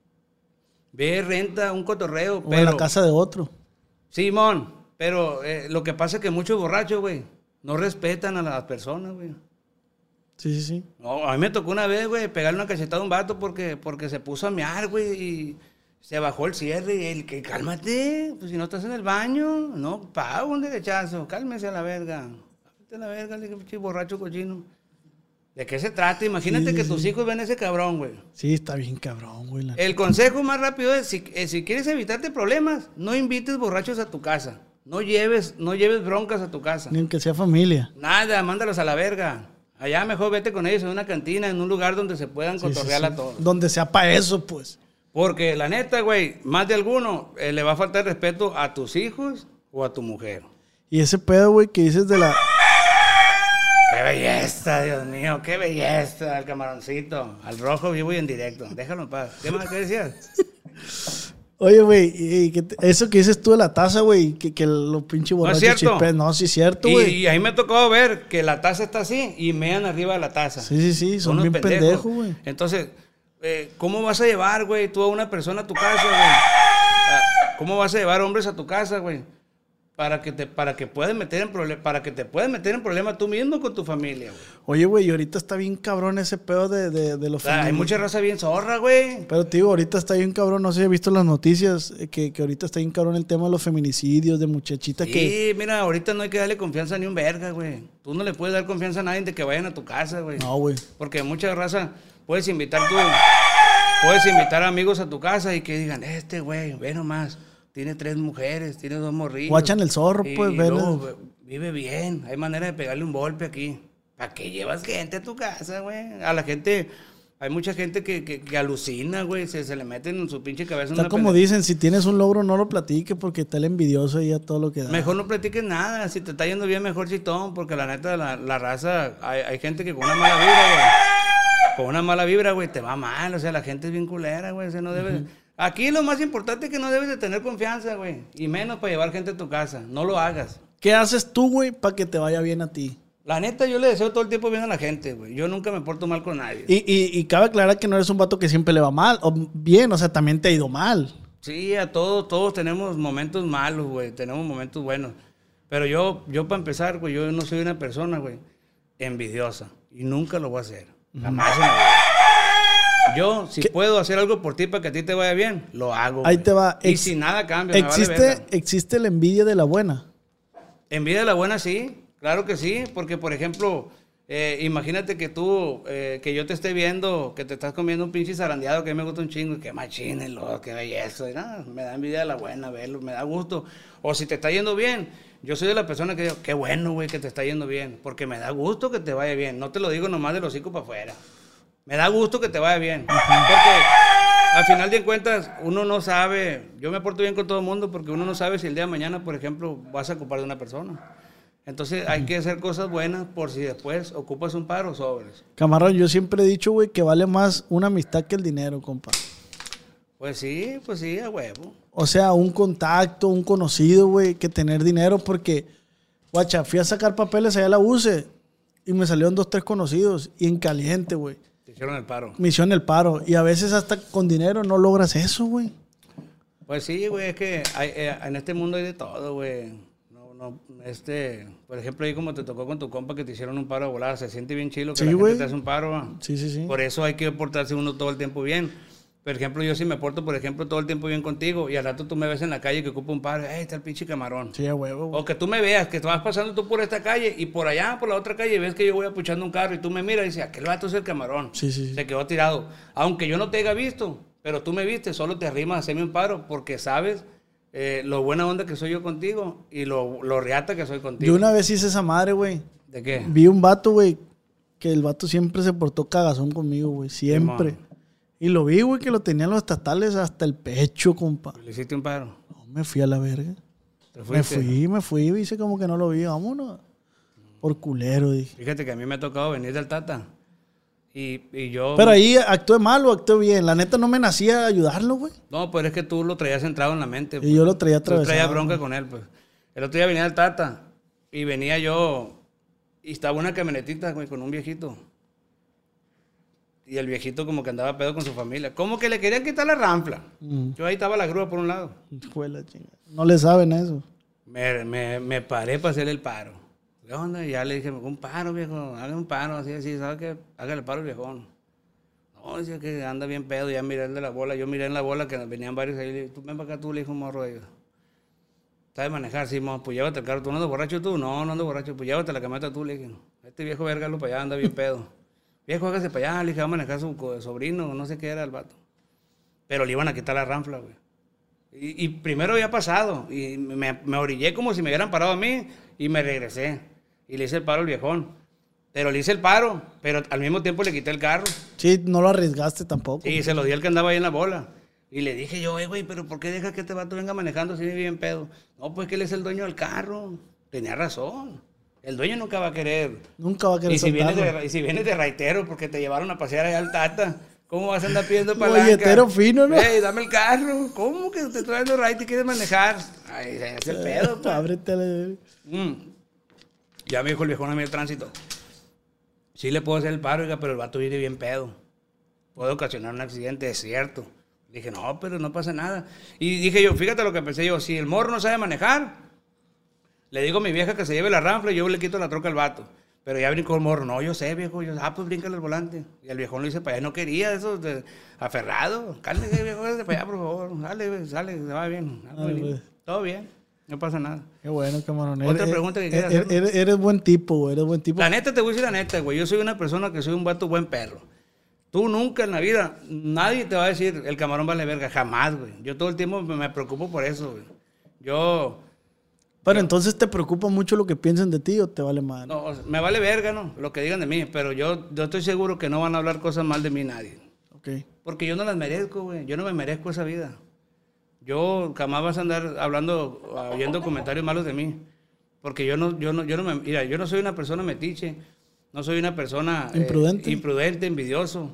Ve y renta un cotorreo. O en la casa de otro. Simón. Pero lo que pasa es que muchos borrachos, güey, no respetan a las personas, güey. Sí. No, a mí me tocó una vez, güey, pegarle una cachetada a un vato porque se puso a mear, güey, y se bajó el cierre y él, que cálmate, pues si no estás en el baño, no, pago un derechazo, cálmese a la verga. Cálmate a la verga, le dije, borracho cochino. ¿De qué se trata? Imagínate que tus hijos ven a ese cabrón, güey. Sí, está bien cabrón, güey. El consejo más rápido es, si quieres evitarte problemas, no invites borrachos a tu casa. No lleves broncas a tu casa. Ni aunque sea familia. Nada, mándalos a la verga. Allá mejor vete con ellos en una cantina, en un lugar donde se puedan cotorrear a todos. Donde sea para eso, pues. Porque la neta, güey, más de alguno le va a faltar respeto a tus hijos o a tu mujer. Y ese pedo, güey, que dices de la... ¡Qué belleza, Dios mío! ¡Qué belleza! Al camaroncito. Al rojo vivo y en directo. Déjalo en paz. ¿Qué más? ¿Qué decías? Oye, güey, eso que dices tú de la taza, güey, que los pinches borrachos chispean. No, sí es cierto, güey. Y ahí me ha tocado ver que la taza está así y mean arriba de la taza. Sí, son bien pendejos, güey. Entonces, ¿cómo vas a llevar, güey, tú a una persona a tu casa, güey? ¿Cómo vas a llevar hombres a tu casa, güey? Para que te puedas meter en problemas tú mismo con tu familia, güey. Oye, güey, y ahorita está bien cabrón ese pedo de los familiares. Hay mucha raza bien zorra, güey. Pero, tío, ahorita está bien cabrón. No sé si he visto las noticias que ahorita está bien cabrón el tema de los feminicidios, de muchachitas Sí, mira, ahorita no hay que darle confianza ni un verga, güey. Tú no le puedes dar confianza a nadie de que vayan a tu casa, güey. No, güey. Porque mucha raza puedes invitar amigos a tu casa y que digan, güey, ve nomás. Tiene 3 mujeres, tiene 2 morrillos. Guachan el zorro, pues, vive bien. Hay manera de pegarle un golpe aquí. ¿Para qué llevas gente a tu casa, güey? A la gente, hay mucha gente que alucina, güey. Se le meten en su pinche cabeza. Está como dicen, si tienes un logro, no lo platiques porque está el envidioso y ya todo lo que da. Mejor no platiques nada. Si te está yendo bien, mejor chitón. Porque la neta, la raza, hay gente que con una mala vibra, güey. Con una mala vibra, güey, te va mal. O sea, la gente es bien culera, güey. O sea, no debe... Aquí lo más importante es que no debes de tener confianza, güey. Y menos para llevar gente a tu casa. No lo hagas. ¿Qué haces tú, güey, para que te vaya bien a ti? La neta, yo le deseo todo el tiempo bien a la gente, güey. Yo nunca me porto mal con nadie. Y cabe aclarar que no eres un vato que siempre le va mal. O bien, o sea, también te ha ido mal. Sí, a todos tenemos momentos malos, güey. Tenemos momentos buenos. Pero yo para empezar, güey, yo no soy una persona, güey, envidiosa. Y nunca lo voy a hacer. Jamás en la vida. Yo, si puedo hacer algo por ti para que a ti te vaya bien, lo hago. Ahí te va. Y si nada cambia, me vale verga. ¿Existe la envidia de la buena? Envidia de la buena, sí. Claro que sí. Porque, por ejemplo, imagínate que tú, que yo te esté viendo, que te estás comiendo un pinche zarandeado que a mí me gusta un chingo. Y qué machínelo, qué belleza. Y nada, me da envidia de la buena verlo, me da gusto. O si te está yendo bien, yo soy de la persona que digo, qué bueno, güey, que te está yendo bien. Porque me da gusto que te vaya bien. No te lo digo nomás de los hocico para afuera. Me da gusto que te vaya bien. Porque al final de cuentas, uno no sabe. Yo me porto bien con todo el mundo porque uno no sabe si el día de mañana, por ejemplo, vas a ocupar de una persona. Entonces hay que hacer cosas buenas por si después ocupas un par o sobres. Camarón, yo siempre he dicho, güey, que vale más una amistad que el dinero, compa. Pues sí, a huevo. O sea, un contacto, un conocido, güey, que tener dinero porque, guacha, fui a sacar papeles allá a la UCE y me salieron 2, 3 conocidos y en caliente, güey. Hicieron el paro. Me hicieron el paro. Y a veces hasta con dinero no logras eso, güey. Pues sí, güey, es que en este mundo hay de todo, güey. Por ejemplo, ahí como te tocó con tu compa que te hicieron un paro de volada, se siente bien chilo que la gente te hace un paro. ¿Va? Sí. Por eso hay que portarse uno todo el tiempo bien. Por ejemplo, yo si me porto, por ejemplo, todo el tiempo bien contigo y al rato tú me ves en la calle que ocupo un paro, está el pinche camarón. Sí, a huevo, güey. O que tú me veas, que te vas pasando tú por esta calle y por allá, por la otra calle, ves que yo voy apuchando un carro y tú me miras y dices, aquel vato es el camarón. Sí. Se quedó tirado. Aunque yo no te haya visto, pero tú me viste, solo te arrimas a hacerme un paro porque sabes lo buena onda que soy yo contigo y lo reata que soy contigo. Yo una vez hice esa madre, güey. ¿De qué? Vi un vato, güey, que el vato siempre se portó cagazón conmigo, güey. Siempre. Y lo vi, güey, que lo tenían los estatales hasta el pecho, compa. ¿Le hiciste un paro? No, me fui a la verga. ¿Te fuiste? Me fui, hice como que no lo vi. Vámonos. Por culero, dije. Fíjate que a mí me ha tocado venir del Tata. Y yo... Pero ahí actué mal o actué bien. La neta no me nacía ayudarlo, güey. No, pues es que tú lo traías centrado en la mente. Y pues. yo lo traía Tú atravesado. traías bronca con él, pues. El otro día venía el Tata y venía yo y estaba una camionetita, güey, con un viejito. Y el viejito como que andaba pedo con su familia. Como que le querían quitar la ranfla. Yo ahí estaba la grúa por un lado. Fue la chingada. No le saben a eso. Me paré para hacerle el paro. ¿Qué onda? Y ya le dije, un paro, viejo. Haga un paro, así. ¿Sabes qué? Hágale el paro al viejón. No, decía que anda bien pedo. Ya miré el de la bola. Yo miré en la bola que venían varios ahí. Le dije, tú ven para acá, tú, le dijo un morro de ellos. ¿Sabes manejar? Sí, pues llévate el carro. ¿Tú no andas borracho tú? No ando borracho. Pues llévate la camioneta tú, le dije. Este viejo vergalo para allá anda bien pedo. Viejo, hágase para allá, le dije, va a manejar su sobrino, no sé qué era el vato. Pero le iban a quitar la ranfla, güey. Y primero había pasado, y me orillé como si me hubieran parado a mí, y me regresé. Y le hice el paro al viejón. Pero le hice el paro, pero al mismo tiempo le quité el carro. Sí, no lo arriesgaste tampoco. Y se lo di al que andaba ahí en la bola. Y le dije yo, güey, pero ¿por qué dejas que este vato venga manejando así bien pedo? No, pues que él es el dueño del carro. Tenía razón. El dueño nunca va a querer. Nunca va a querer Y si soltarlo. vienes de raitero porque te llevaron a pasear allá al Tata, ¿cómo vas a andar pidiendo palanca? Molletero fino, ¿no? Ey, dame el carro. ¿Cómo que te estoy dando raite y quieres manejar? Ay, es el pedo, pues. Ábrete a la... Ya me dijo el viejón a mí el tránsito. Sí le puedo hacer el paro, oiga, pero el vato viene bien pedo. Puede ocasionar un accidente, es cierto. Le dije, no, pero no pasa nada. Y dije yo, fíjate lo que pensé yo, si el morro no sabe manejar, le digo a mi vieja que se lleve la ranfla y yo le quito la troca al vato. Pero ya brincó el morro. No, yo sé, viejo. Pues bríncale el volante. Y el viejón lo dice para allá. No quería eso, aferrado. Cálmese, viejo, para allá, por favor. Sale, se va bien. Pues. Todo bien. No pasa nada. Qué bueno, camarón. Otra pregunta que quieras hacer. Eres buen tipo, güey. Eres buen tipo. La neta, te voy a decir la neta, güey. Yo soy una persona que soy un vato buen perro. Tú nunca en la vida, nadie te va a decir, el camarón vale verga. Jamás, güey. Yo todo el tiempo me preocupo por eso, güey. Pero entonces te preocupa mucho lo que piensen de ti o te vale madre. No, me vale verga, ¿no? Lo que digan de mí, pero yo estoy seguro que no van a hablar cosas mal de mí nadie. Ok. Porque yo no las merezco, güey. Yo no me merezco esa vida. Yo jamás vas a andar oyendo comentarios malos de mí. Porque mira, yo no soy una persona metiche, no soy una persona imprudente, envidioso,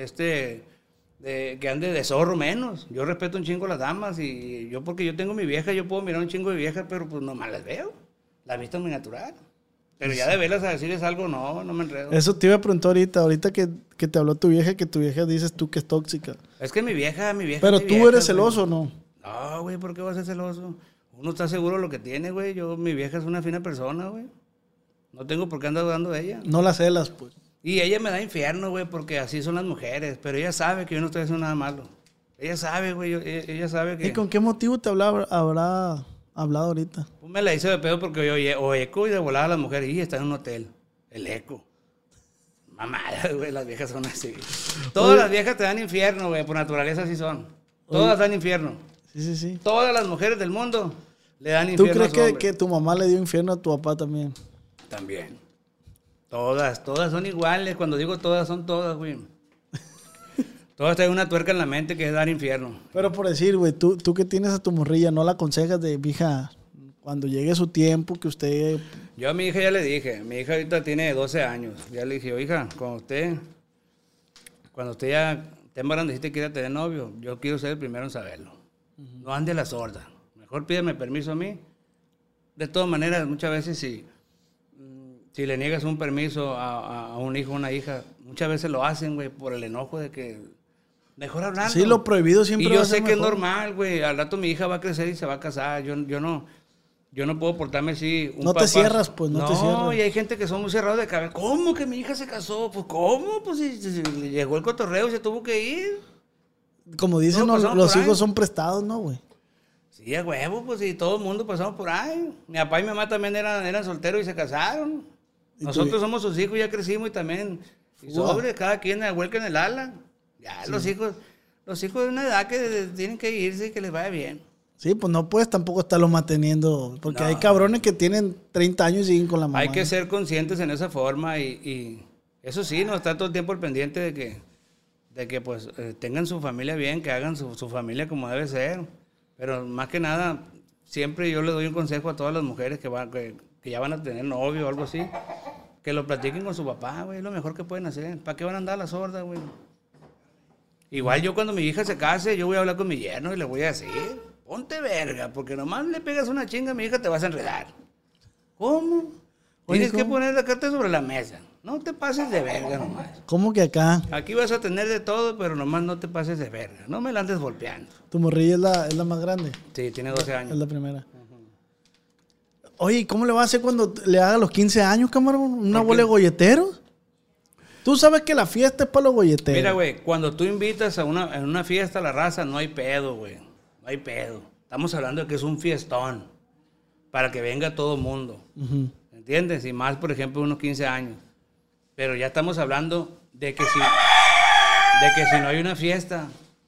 que ande de zorro menos. Yo respeto un chingo a las damas y yo porque yo tengo mi vieja, yo puedo mirar un chingo de viejas, pero pues nomás las veo. La vista es muy natural. Pero ya de verlas a decirles algo, no me enredo. Eso te iba a preguntar ahorita que te habló tu vieja, que tu vieja dices tú que es tóxica. Es que mi vieja. Pero tú vieja, eres celoso, ¿no? No, güey, ¿por qué vas a ser celoso? Uno está seguro de lo que tiene, güey. Mi vieja es una fina persona, güey. No tengo por qué andar dudando de ella. No la celas, pues. Y ella me da infierno, güey, porque así son las mujeres. Pero ella sabe que yo no estoy haciendo nada malo. Ella sabe, güey. Ella sabe que... ¿Y con qué motivo te habrá hablado ahorita? Pues me la hice de pedo porque yo eco y de volada a las mujeres. Y está en un hotel. El eco. Mamada, güey. Las viejas son así. Todas las viejas te dan infierno, güey. Por naturaleza así son. Todas dan infierno. Sí. Todas las mujeres del mundo le dan infierno. ¿Tú crees que tu mamá le dio infierno a tu papá también? También. Todas son iguales. Cuando digo todas, son todas, güey. Todas traen una tuerca en la mente que es dar infierno. Pero por decir, güey, tú que tienes a tu morrilla, ¿no la aconsejas de, hija, cuando llegue su tiempo que usted... Yo a mi hija ya le dije, mi hija ahorita tiene 12 años. Ya le dije, hija, cuando usted ya esté más grandecita y quiera tener novio, yo quiero ser el primero en saberlo. No ande a la sorda. Mejor pídeme permiso a mí. De todas maneras, muchas veces si le niegas un permiso a un hijo o una hija, muchas veces lo hacen, güey, por el enojo de que... Mejor hablando. Sí, lo prohibido siempre y yo va a ser sé que mejor. es normal, güey. Al rato mi hija va a crecer y se va a casar. Yo no puedo portarme así. No te cierras, pues, no te cierras. No, y hay gente que son muy cerrados de cabeza. ¿Cómo que mi hija se casó? Pues, ¿cómo? Pues si llegó el cotorreo y se tuvo que ir. Como dicen, Todos pasamos los por ahí. hijos son prestados, ¿no, güey? Sí, a huevo, pues sí, todo el mundo pasamos por ahí. Mi papá y mi mamá también eran solteros y se casaron. ¿Y Nosotros tú? somos sus hijos, ya crecimos y también. Y sobre, cada quien vuelca en el ala. Ya, los hijos de una edad que tienen que irse y que les vaya bien. Sí, pues no puedes tampoco estarlo manteniendo. Porque hay cabrones que tienen 30 años y siguen con la mamá. Hay que ser conscientes en esa forma y eso sí, no estar todo el tiempo al pendiente de que pues tengan su familia bien, que hagan su familia como debe ser. Pero más que nada, siempre yo le doy un consejo a todas las mujeres que ya van a tener novio o algo así, que lo platiquen con su papá, güey, es lo mejor que pueden hacer. ¿Para qué van a andar a la sorda, güey? Igual yo cuando mi hija se case, yo voy a hablar con mi yerno y le voy a decir, ponte verga, porque nomás le pegas una chinga a mi hija, te vas a enredar. ¿Cómo? Tienes que poner la carta sobre la mesa. No te pases de verga nomás. ¿Cómo que acá? Aquí vas a tener de todo, pero nomás no te pases de verga. No me la andes golpeando. Tu morrilla es la más grande. Sí, tiene 12 Es años. la primera. Oye, ¿y cómo le va a hacer cuando le haga los 15 años, camarón? ¿Una bola de golleteros? Tú sabes que la fiesta es para los golleteros. Mira, güey, cuando tú invitas en una fiesta a la raza, no hay pedo, güey. No hay pedo. Estamos hablando de que es un fiestón. Para que venga todo el mundo. ¿Entiendes? Y más, por ejemplo, unos 15 años. Pero ya estamos hablando de que si no hay una fiesta,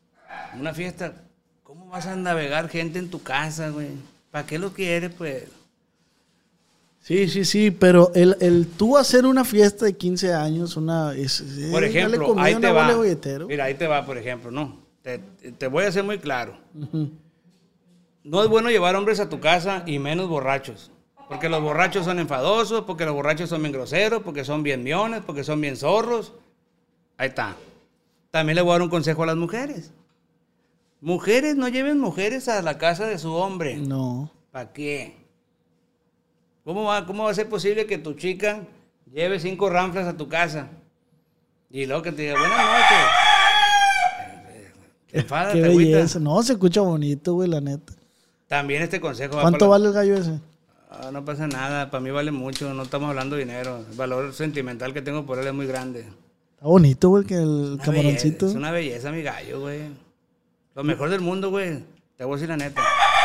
¿cómo vas a navegar gente en tu casa, güey? ¿Para qué lo quieres, pues? Sí, pero el tú hacer una fiesta de 15 años, Por darle ejemplo, comida a ahí una te bola va. de golletero. Mira, ahí te va, por ejemplo, ¿no? Te voy a hacer muy claro. No es bueno llevar hombres a tu casa y menos borrachos. Porque los borrachos son enfadosos, porque los borrachos son bien groseros, porque son bien miones, porque son bien zorros. Ahí está. También le voy a dar un consejo a las mujeres. Mujeres, no lleven mujeres a la casa de su hombre. No. ¿Para qué? ¿Cómo va a ser posible que tu chica lleve 5 ranflas a tu casa? Y luego que te diga, buenas noches. Te enfada, Qué te agüita. belleza. No, se escucha bonito, güey, la neta. También este consejo va ¿Cuánto para vale el gallo ese? No pasa nada, para mí vale mucho, no estamos hablando de dinero. El valor sentimental que tengo por él es muy grande. Está bonito, güey, que el Una camaroncito. belleza, es una belleza, mi gallo, güey. Lo mejor del mundo, güey. Te voy a decir la neta.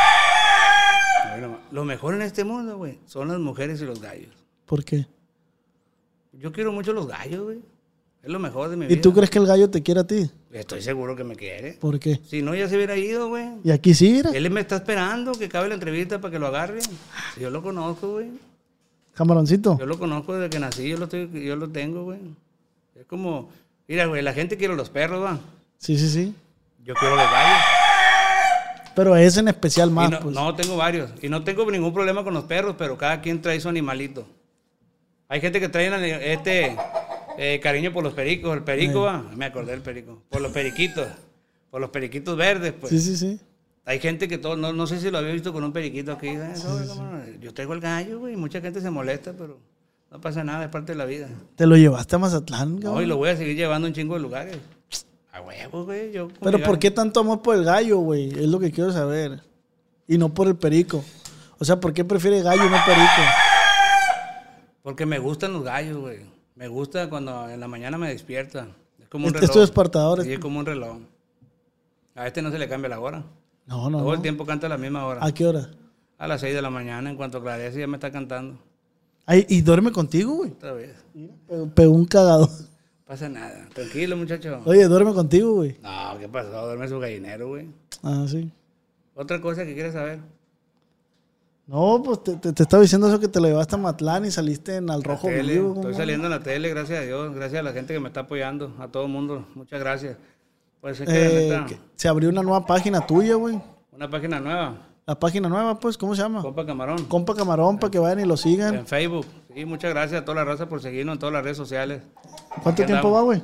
Lo mejor en este mundo, güey, son las mujeres y los gallos. ¿Por qué? Yo quiero mucho los gallos, güey. Es lo mejor de mi vida. ¿Y tú crees que el gallo te quiere a ti? Estoy seguro que me quiere. ¿Por qué? Si no, ya se hubiera ido, güey. ¿Y aquí sí era? Él me está esperando que acabe la entrevista para que lo agarre. Yo lo conozco, güey. Camaroncito. Yo lo conozco desde que nací, yo lo tengo, güey. Es como, mira, güey, la gente quiere los perros, va. Sí. Yo quiero los gallos. Pero ese en especial Y más, no, pues. no, tengo varios. Y no tengo ningún problema con los perros, pero cada quien trae su animalito. Hay gente que trae cariño por los pericos. El perico, va. Me acordé del perico. Por los periquitos. Por los periquitos verdes, pues. Sí. Hay gente que no sé si lo había visto con un periquito aquí. Yo traigo el gallo, güey. Mucha gente se molesta, pero no pasa nada, es parte de la vida. ¿Te lo llevaste a Mazatlán, No, cabrón? y lo voy a seguir llevando en chingo de lugares. A huevo, güey. Pero ¿por qué tanto amor por el gallo, güey? Es lo que quiero saber. Y no por el perico. O sea, ¿por qué prefiere gallo y no perico? Porque me gustan los gallos, güey. Me gusta cuando en la mañana me despierta. Es como un Es reloj. tu despertador. Sí, es como un reloj. A este no se le cambia la hora. No. Todo el tiempo canta a la misma hora. ¿A qué hora? A las 6 de la mañana, en cuanto clarece, ya me está cantando. Ay, ¿y duerme contigo, güey? Otra vez. Pegó un cagado. No pasa nada. Tranquilo, muchacho. Oye, duerme contigo, güey. No, ¿qué pasó? Duerme su gallinero, güey. Ah, sí. Otra cosa que quieres saber. No, pues te estaba diciendo eso que te lo llevaste a Matlán y saliste en Al Rojo Tele. Vivo. Estoy ¿cómo? saliendo en la tele, gracias a Dios. Gracias a la gente que me está apoyando. A todo el mundo. Muchas gracias. Pues es que la neta, Se abrió una nueva página tuya, güey. una página nueva. La página nueva, pues, ¿cómo se llama? Compa Camarón. Compa Camarón, para que vayan y lo sigan. En Facebook. Sí, muchas gracias a toda la raza por seguirnos en todas las redes sociales. ¿Cuánto Aquí tiempo andamos. va, güey?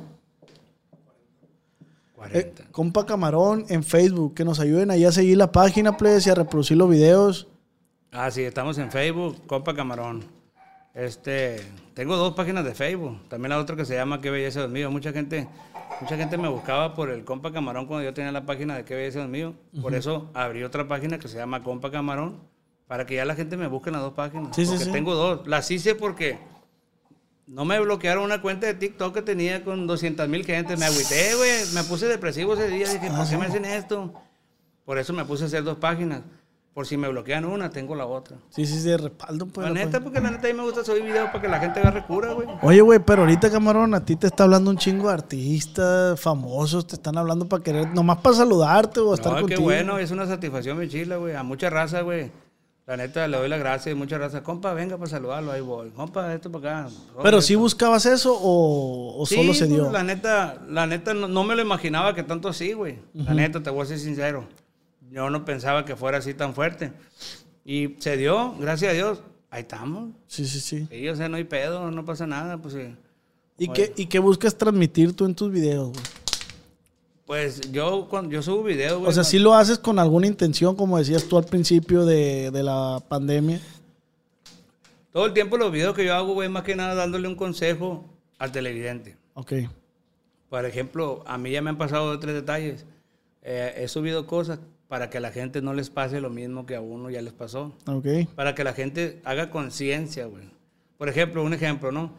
40. Compa Camarón en Facebook. Que nos ayuden ahí a seguir la página, please, y a reproducir los videos. Ah, sí, estamos en Facebook, Compa Camarón. Tengo 2 páginas de Facebook. También la otra que se llama Qué Belleza Dios Mío. Mucha gente me buscaba por el Compa Camarón cuando yo tenía la página de Qué Belleza Dios Mío. Por eso abrí otra página que se llama Compa Camarón, para que ya la gente me busque en las 2 páginas. Sí, sí, porque sí. tengo 2. Las hice porque no me bloquearon una cuenta de TikTok que tenía con 200,000 gente. Me agüité, güey. Me puse depresivo ese día. Dije, ¿por qué me hacen esto? Por eso me puse a hacer 2 páginas. Por si me bloquean una, tengo la otra. Sí, de respaldo. Pues, La neta, porque la neta a mí me gusta subir videos para que la gente agarre cura, güey. Oye, güey, pero ahorita, camarón, a ti te está hablando un chingo de artistas famosos. Te están hablando para querer, nomás para saludarte o estar No, contigo. qué bueno. Es una satisfacción mi chila, güey. A mucha raza, güey. La neta, le doy las gracias y mucha raza. Compa, venga para saludarlo, ahí voy. Compa, esto para acá. ¿Pero sí buscabas eso o Sí, solo se dio? Pues, la neta no me lo imaginaba que tanto así, güey. La neta, te voy a ser sincero. Yo no pensaba que fuera así tan fuerte. Y se dio, gracias a Dios. Ahí estamos. Sí. Sí, o sea, no hay pedo, no pasa nada, pues sí. ¿Y qué buscas transmitir tú en tus videos, güey? Pues yo subo videos, güey. O sea, ¿sí lo haces con alguna intención, como decías tú al principio de la pandemia? Todo el tiempo los videos que yo hago, güey, más que nada dándole un consejo al televidente. Ok. Por ejemplo, a mí ya me han pasado 2 o 3 detalles. He subido cosas para que a la gente no les pase lo mismo que a uno ya les pasó. Ok. Para que la gente haga conciencia, güey. Por ejemplo, un ejemplo, ¿no?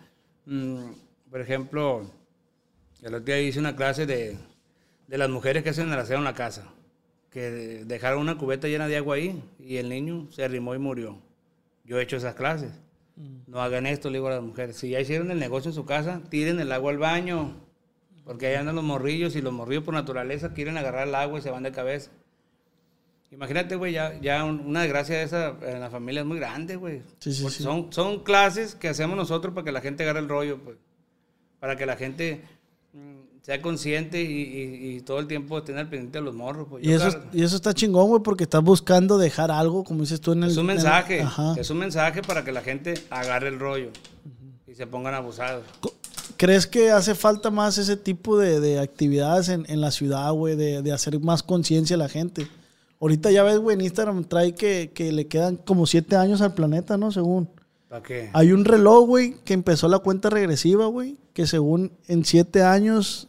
Por ejemplo, el otro día hice una clase de las mujeres que hacen el aseo en la casa. Que dejaron una cubeta llena de agua ahí y el niño se arrimó y murió. Yo he hecho esas clases. No hagan esto, le digo a las mujeres. Si ya hicieron el negocio en su casa, tiren el agua al baño. Porque ahí andan los morrillos y los morrillos por naturaleza quieren agarrar el agua y se van de cabeza. Imagínate, güey, ya una desgracia de esa en la familia es muy grande, güey. Sí. Son clases que hacemos nosotros para que la gente agarre el rollo, pues. Para que la gente sea consciente y todo el tiempo tener pendiente de los morros. Pues. Y eso está chingón, güey, porque estás buscando dejar algo, como dices tú en el... Es un mensaje, Ajá. es un mensaje para que la gente agarre el rollo y se pongan abusados. ¿Crees que hace falta más ese tipo de actividades en la ciudad, güey, de hacer más conciencia a la gente? Ahorita ya ves, güey, en Instagram trae que le quedan como 7 años al planeta, ¿no? Según. ¿Para qué? Hay un reloj, güey, que empezó la cuenta regresiva, güey, que según en 7 años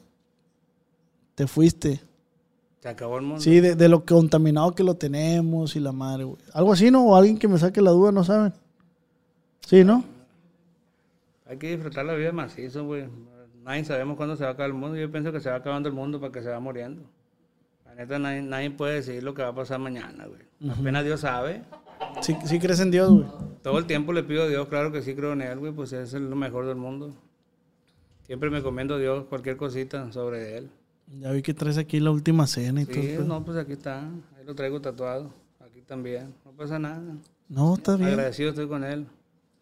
te fuiste. Se acabó el mundo. Sí, de lo contaminado que lo tenemos y la madre, güey. Algo así, ¿no? O alguien que me saque la duda, no saben. Sí, ¿no? Hay que disfrutar la vida macizo, güey. Nadie sabemos cuándo se va a acabar el mundo. Yo pienso que se va acabando el mundo para que se va muriendo. La neta, nadie puede decir lo que va a pasar mañana, güey. Apenas Dios sabe. Sí crees en Dios, güey. Todo el tiempo le pido a Dios, claro que sí creo en Él, güey. Pues es lo mejor del mundo. Siempre me encomiendo a Dios cualquier cosita sobre Él. Ya vi que traes aquí la última cena y todo. Sí, no, pues aquí está. Ahí lo traigo tatuado. Aquí también. No pasa nada. No, está bien. Agradecido estoy con Él.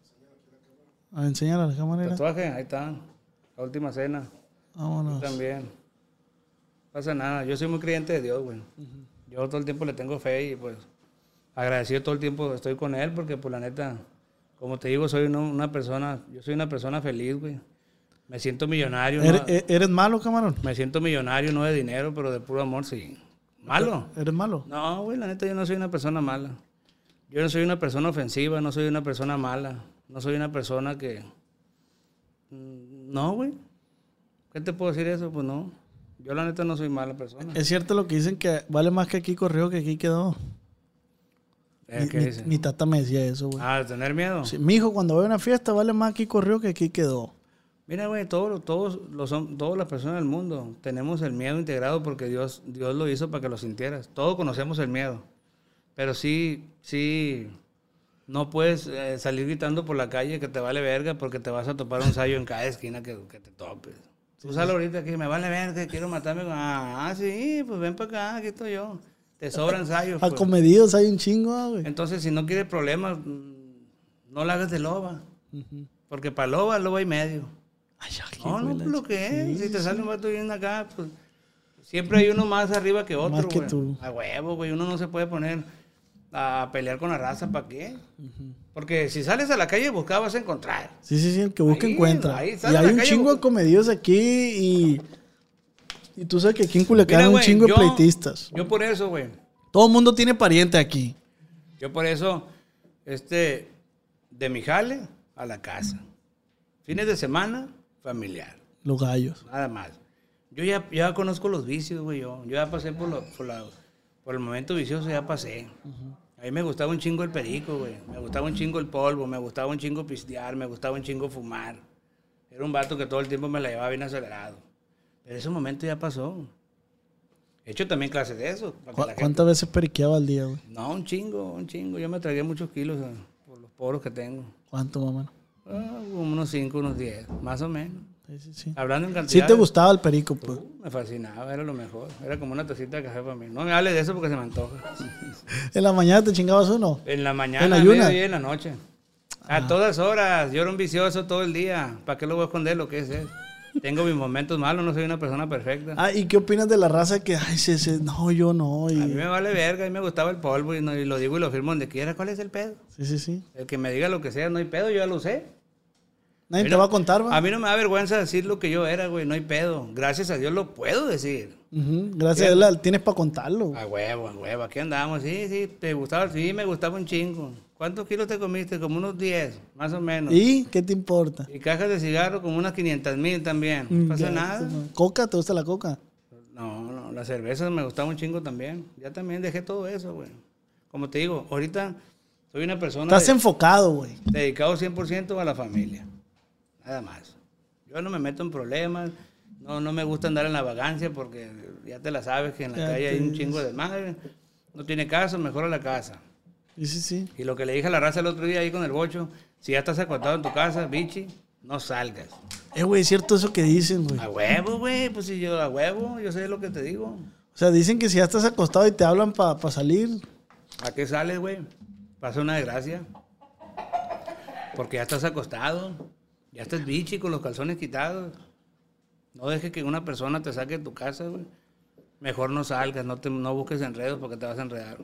A ver, enséñale a la cámara. Tatuaje, ahí está. La última cena. Vámonos. También. No pasa nada. Yo soy muy creyente de Dios, güey. Yo todo el tiempo le tengo fe y pues agradecido todo el tiempo estoy con Él porque pues la neta, como te digo, soy una persona, yo soy una persona feliz, güey. Me siento millonario. ¿Eres malo, camarón? Me siento millonario, no de dinero, pero de puro amor, sí. ¿Malo? ¿Eres malo? No, güey, la neta yo no soy una persona mala. Yo no soy una persona ofensiva, no soy una persona mala. No soy una persona que... No, güey. ¿Qué te puedo decir eso? Pues no. Yo la neta no soy mala persona. Es cierto lo que dicen que vale más que aquí corrió que aquí quedó. ¿Qué dice? Mi tata me decía eso, güey. Ah, ¿de tener miedo? Sí, mi hijo cuando va a una fiesta vale más aquí corrió que aquí quedó. Mira, güey, todas las personas del mundo tenemos el miedo integrado porque Dios lo hizo para que lo sintieras. Todos conocemos el miedo. Pero sí, no puedes salir gritando por la calle que te vale verga porque te vas a topar un sayo en cada esquina que te topes. Tú sales ahorita que me vale verga, quiero matarme. Sí, pues ven para acá, aquí estoy yo. Te sobran sayos. A comedidos hay un chingo, güey. Entonces, si no quieres problemas, no la hagas de loba. Porque para loba y medio. Ay, aquí, No, güey, lo que es. Si te sale un vato bien acá, pues siempre hay uno más arriba que otro, Más que güey. tú. A huevo, güey. Uno no se puede poner a pelear con la raza, ¿para qué? Porque si sales a la calle a buscar, vas a encontrar. Sí, el que busca Ahí, encuentra. ahí, Y sale a hay la un calle, chingo de busca. comedidos aquí y tú sabes que aquí en Culiacán Mira, hay un güey, chingo de pleitistas. Yo por eso, güey. Todo el mundo tiene pariente aquí. Yo por eso, de mi jale a la casa. Fines de semana, familiar. Los gallos. Nada más. Yo ya conozco los vicios, güey. Yo ya pasé por el momento vicioso, ya pasé. A mí me gustaba un chingo el perico, güey. Me gustaba un chingo el polvo, me gustaba un chingo pistear, me gustaba un chingo fumar. Era un vato que todo el tiempo me la llevaba bien acelerado. Pero ese momento ya pasó. He hecho también clases de eso. para que la gente- ¿Cuántas veces periqueaba al día, güey? No, un chingo. Yo me tragué muchos kilos por los poros que tengo. ¿Cuánto, mamá? Como unos 5, unos 10, más o menos. Sí. Hablando en Sí cantidad. te gustaba el perico, pues. Me fascinaba, era lo mejor. Era como una tacita de café para mí. No me hables de eso porque se me antoja. ¿En la mañana te chingabas uno? En la mañana, ¿En a ayuna? mediodía y en la noche. A todas horas. Yo era un vicioso todo el día. ¿Para qué lo voy a esconder lo que es él? Tengo mis momentos malos, no soy una persona perfecta. Ah, ¿y qué opinas de la raza que, ay, no, yo no? A mí Y... me vale verga, a mí me gustaba el polvo y lo digo y lo firmo donde quiera. ¿Cuál es el pedo? Sí. El que me diga lo que sea, no hay pedo, yo ya lo sé. Nadie te Mira, va a contar, va. A mí no me da vergüenza decir lo que yo era, güey, no hay pedo. Gracias a Dios lo puedo decir. Ujú, gracias a Dios tienes para contarlo. A huevo, aquí andamos. Sí, te gustaba, sí, me gustaba un chingo. ¿Cuántos kilos te comiste? Como unos 10, más o menos. ¿Y qué te importa? Y cajas de cigarro como unas 500,000 también. No pasa Ya, nada. ¿Coca? ¿Te gusta la coca? No, la cerveza me gustaba un chingo también. Ya también dejé todo eso, güey. Como te digo, ahorita soy una persona Estás enfocado, güey. dedicado 100% a la familia. Nada más. Yo no me meto en problemas. No me gusta andar en la vagancia porque ya te la sabes que en la Ya calle hay te- un chingo de madre. No tiene caso, mejor a la casa. Sí. Y lo que le dije a la raza el otro día ahí con el bocho, si ya estás acostado en tu casa, bichi, no salgas. Güey, es cierto eso que dicen, güey. A huevo, güey, pues si yo a huevo, yo sé lo que te digo. O sea, dicen que si ya estás acostado y te hablan para salir. ¿A qué sales, güey? Pasa una desgracia. Porque ya estás acostado, ya estás bichi con los calzones quitados. No dejes que una persona te saque de tu casa, güey. Mejor no salgas, no busques enredos porque te vas a enredar.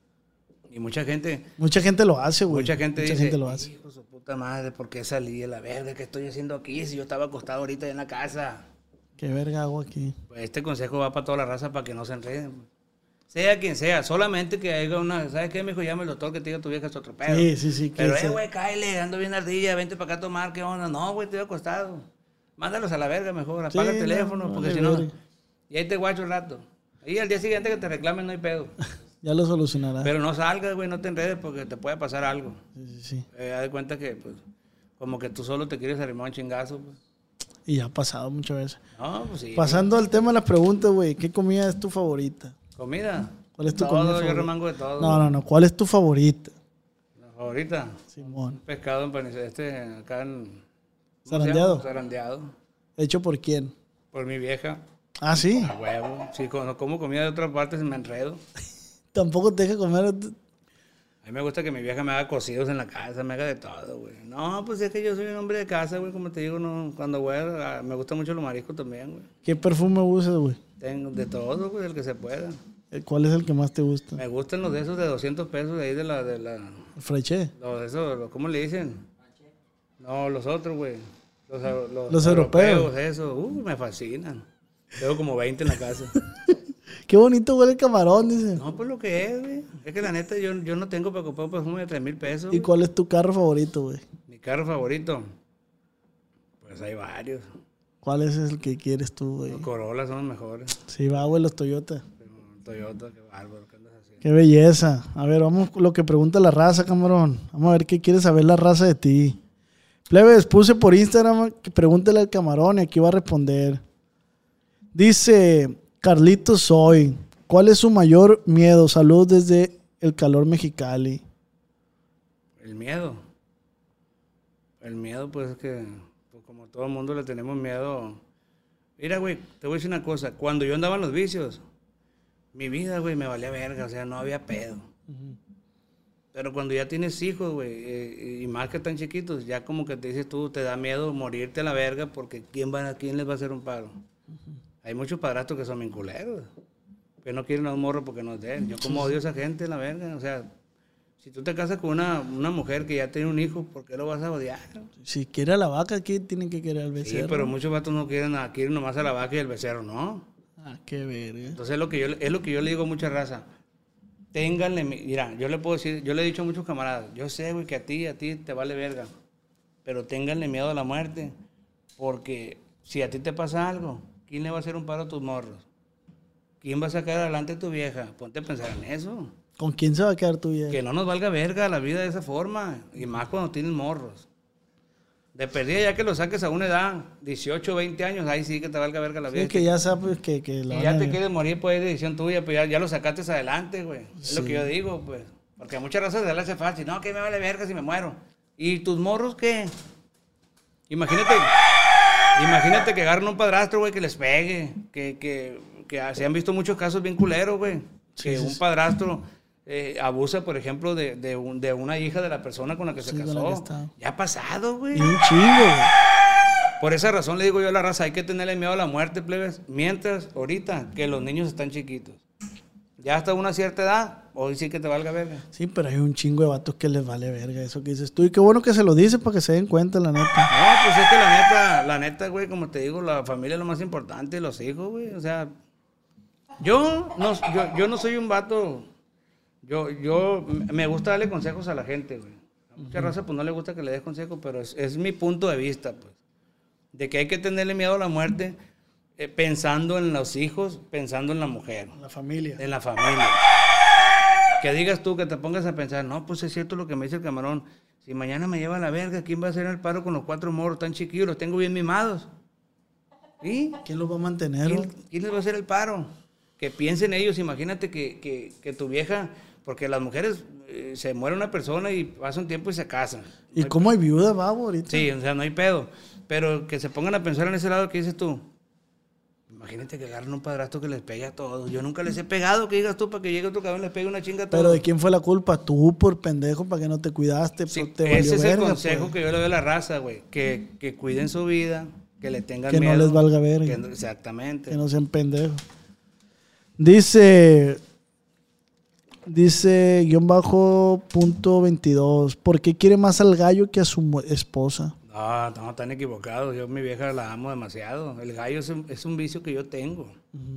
Y mucha gente Lo hace, güey. Mucha gente dice, gente lo hace. hijo de su puta madre, ¿por qué salí de la verga? ¿Qué estoy haciendo aquí si yo estaba acostado ahorita en la casa? Qué verga hago aquí. Pues este consejo va para toda la raza para que no se enreden. Sea quien sea, solamente que haya una... ¿Sabes qué, mijo? Llama al doctor que te diga tu vieja es otro pedo. Sí. Pero, güey, cáele, ando bien ardilla, vente para acá a tomar, ¿qué onda? No, güey, estoy acostado. Mándalos a la verga mejor, apaga el teléfono, porque si no... verga. Y ahí te guacho el rato. Y al día siguiente que te reclamen no hay pedo. Ya lo solucionará. Pero no salgas, güey, no te enredes porque te puede pasar algo. Sí. Haz de cuenta que, pues, como que tú solo te quieres arrimar un chingazo, pues. Y ya ha pasado muchas veces. No, pues sí. Pasando al tema de las preguntas, güey. ¿Qué comida es tu favorita? ¿Comida? ¿Cuál es tu todo, comida yo favorita? remango de todo. No. ¿Cuál es tu favorita? La favorita, Simón. pescado empanizado, acá en... ¿cómo se ¿Zarandeado? llama? Zarandeado. ¿Hecho por quién? Por mi vieja. Ah, sí. A huevo. Si como comida de otra parte, se me enredo. Tampoco te deja comer. A mí me gusta que mi vieja me haga cocidos en la casa, me haga de todo, güey. No, pues es que yo soy un hombre de casa, güey, como te digo, no, cuando voy me gusta mucho los mariscos también, güey. ¿Qué perfume usas, güey? Tengo de todo, güey, el que se pueda. ¿Cuál es el que más te gusta? Me gustan los de esos de 200 pesos de ahí de la... ¿El Freché? Los de esos, ¿cómo le dicen? No, los otros, güey. Los europeos. Eso, me fascinan. Tengo como 20 en la casa. Qué bonito huele el camarón, dice. No, pues lo que es, güey. Es que la neta, yo no tengo para comprar un perfume de 3,000 pesos. ¿Y cuál es tu carro favorito, güey? Mi carro favorito. Pues hay varios. ¿Cuál es el que quieres tú, güey? Los Corolla son los mejores. Sí, va, güey, los Toyota. Toyota, qué bárbaro, ¿qué andas haciendo? Qué belleza. A ver, vamos con lo que pregunta la raza, camarón. Vamos a ver qué quiere saber la raza de ti. Plebes, puse por Instagram que pregúntele al camarón y aquí va a responder. Dice Carlitos Soy, ¿cuál es su mayor miedo? Saludos desde el calor Mexicali. El miedo. El miedo, pues es que, pues, como todo el mundo le tenemos miedo. Mira, güey, te voy a decir una cosa. Cuando yo andaba en los vicios, mi vida, güey, me valía verga, o sea, no había pedo. Pero cuando ya tienes hijos, güey, y más que tan chiquitos, ya como que te dices tú, te da miedo morirte a la verga porque ¿quién les va a hacer un paro? Hay muchos padrastros que son bien culeros, que no quieren a un morro porque no den. Yo como odio a esa gente, la verga, o sea, si tú te casas con una mujer que ya tiene un hijo, ¿por qué lo vas a odiar? Si quiere a la vaca, aquí tienen que querer al Sí, becerro. pero muchos vatos no quieren nomás a la vaca y el becerro, ¿no? Ah, qué verga. Entonces es lo que yo le digo a mucha raza. Ténganle, mira, yo le puedo decir, yo le he dicho a muchos camaradas, yo sé, güey, que a ti te vale verga, pero ténganle miedo a la muerte, porque si a ti te pasa algo, ¿quién le va a hacer un paro a tus morros? ¿Quién va a sacar adelante a tu vieja? Ponte a pensar en eso. ¿Con quién se va a quedar tu vieja? Que no nos valga verga la vida de esa forma, y más cuando tienen morros. De perdida, ya que lo saques a una edad, 18, 20 años, ahí sí que te valga verga la vida. Sí, que ya sabes que la y van ya a- te quieres morir, pues es decisión tuya, pues ya lo sacaste adelante, güey. Es lo Sí. que yo digo, pues. Porque a muchas razas se le hace fácil. No, que me vale verga si me muero. ¿Y tus morros qué? Imagínate que agarren un padrastro, güey, que les pegue. Que se han visto muchos casos bien culeros, güey. Que un padrastro abusa, por ejemplo, de una hija de la persona con la que se Sí, con la casó. que está. Ya ha pasado, güey. Y un chingo, güey. Por esa razón le digo yo a la raza, hay que tenerle miedo a la muerte, plebes. Mientras, ahorita, que los niños están chiquitos. Ya hasta una cierta edad, hoy sí que te valga verga. Sí, pero hay un chingo de vatos que les vale verga eso que dices tú. Y qué bueno que se lo dice para que se den cuenta, la neta. No, pues es que la neta, güey, como te digo, la familia es lo más importante, los hijos, güey. O sea, yo no soy un vato. Yo me gusta darle consejos a la gente, güey. A mucha raza pues no le gusta que le des consejos, pero es mi punto de vista, pues. De que hay que tenerle miedo a la muerte pensando en los hijos, pensando en la mujer. La familia. En la familia. Que digas tú, que te pongas a pensar, no, pues es cierto lo que me dice el camarón. Si mañana me lleva a la verga, ¿quién va a hacer el paro con los 4 morros tan chiquillos? Los tengo bien mimados. ¿Sí? ¿Quién los va a mantener? ¿Quién les va a hacer el paro? Que piensen ellos, imagínate que tu vieja, porque las mujeres se muere una persona y pasa un tiempo y se casan. ¿Y cómo hay viuda, babo, ahorita? Sí, o sea, no hay pedo. Pero que se pongan a pensar en ese lado que dices tú. Imagínate que agarren un padrastro que les pegue a todos. Yo nunca les he pegado, que digas tú, para que llegue otro cabrón y les pegue una chinga a todos. Pero ¿de quién fue la culpa? Tú, por pendejo, para que no te cuidaste. Sí, te valió ese es el verga, consejo pues. que yo le doy a la raza, güey. Que cuiden su vida, que le tengan Que no miedo. les valga verga. Exactamente. Que no sean pendejos. Dice punto 22. ¿Por qué quiere más al gallo que a su esposa? No, están equivocados. Yo a mi vieja la amo demasiado. El gallo es un vicio que yo tengo.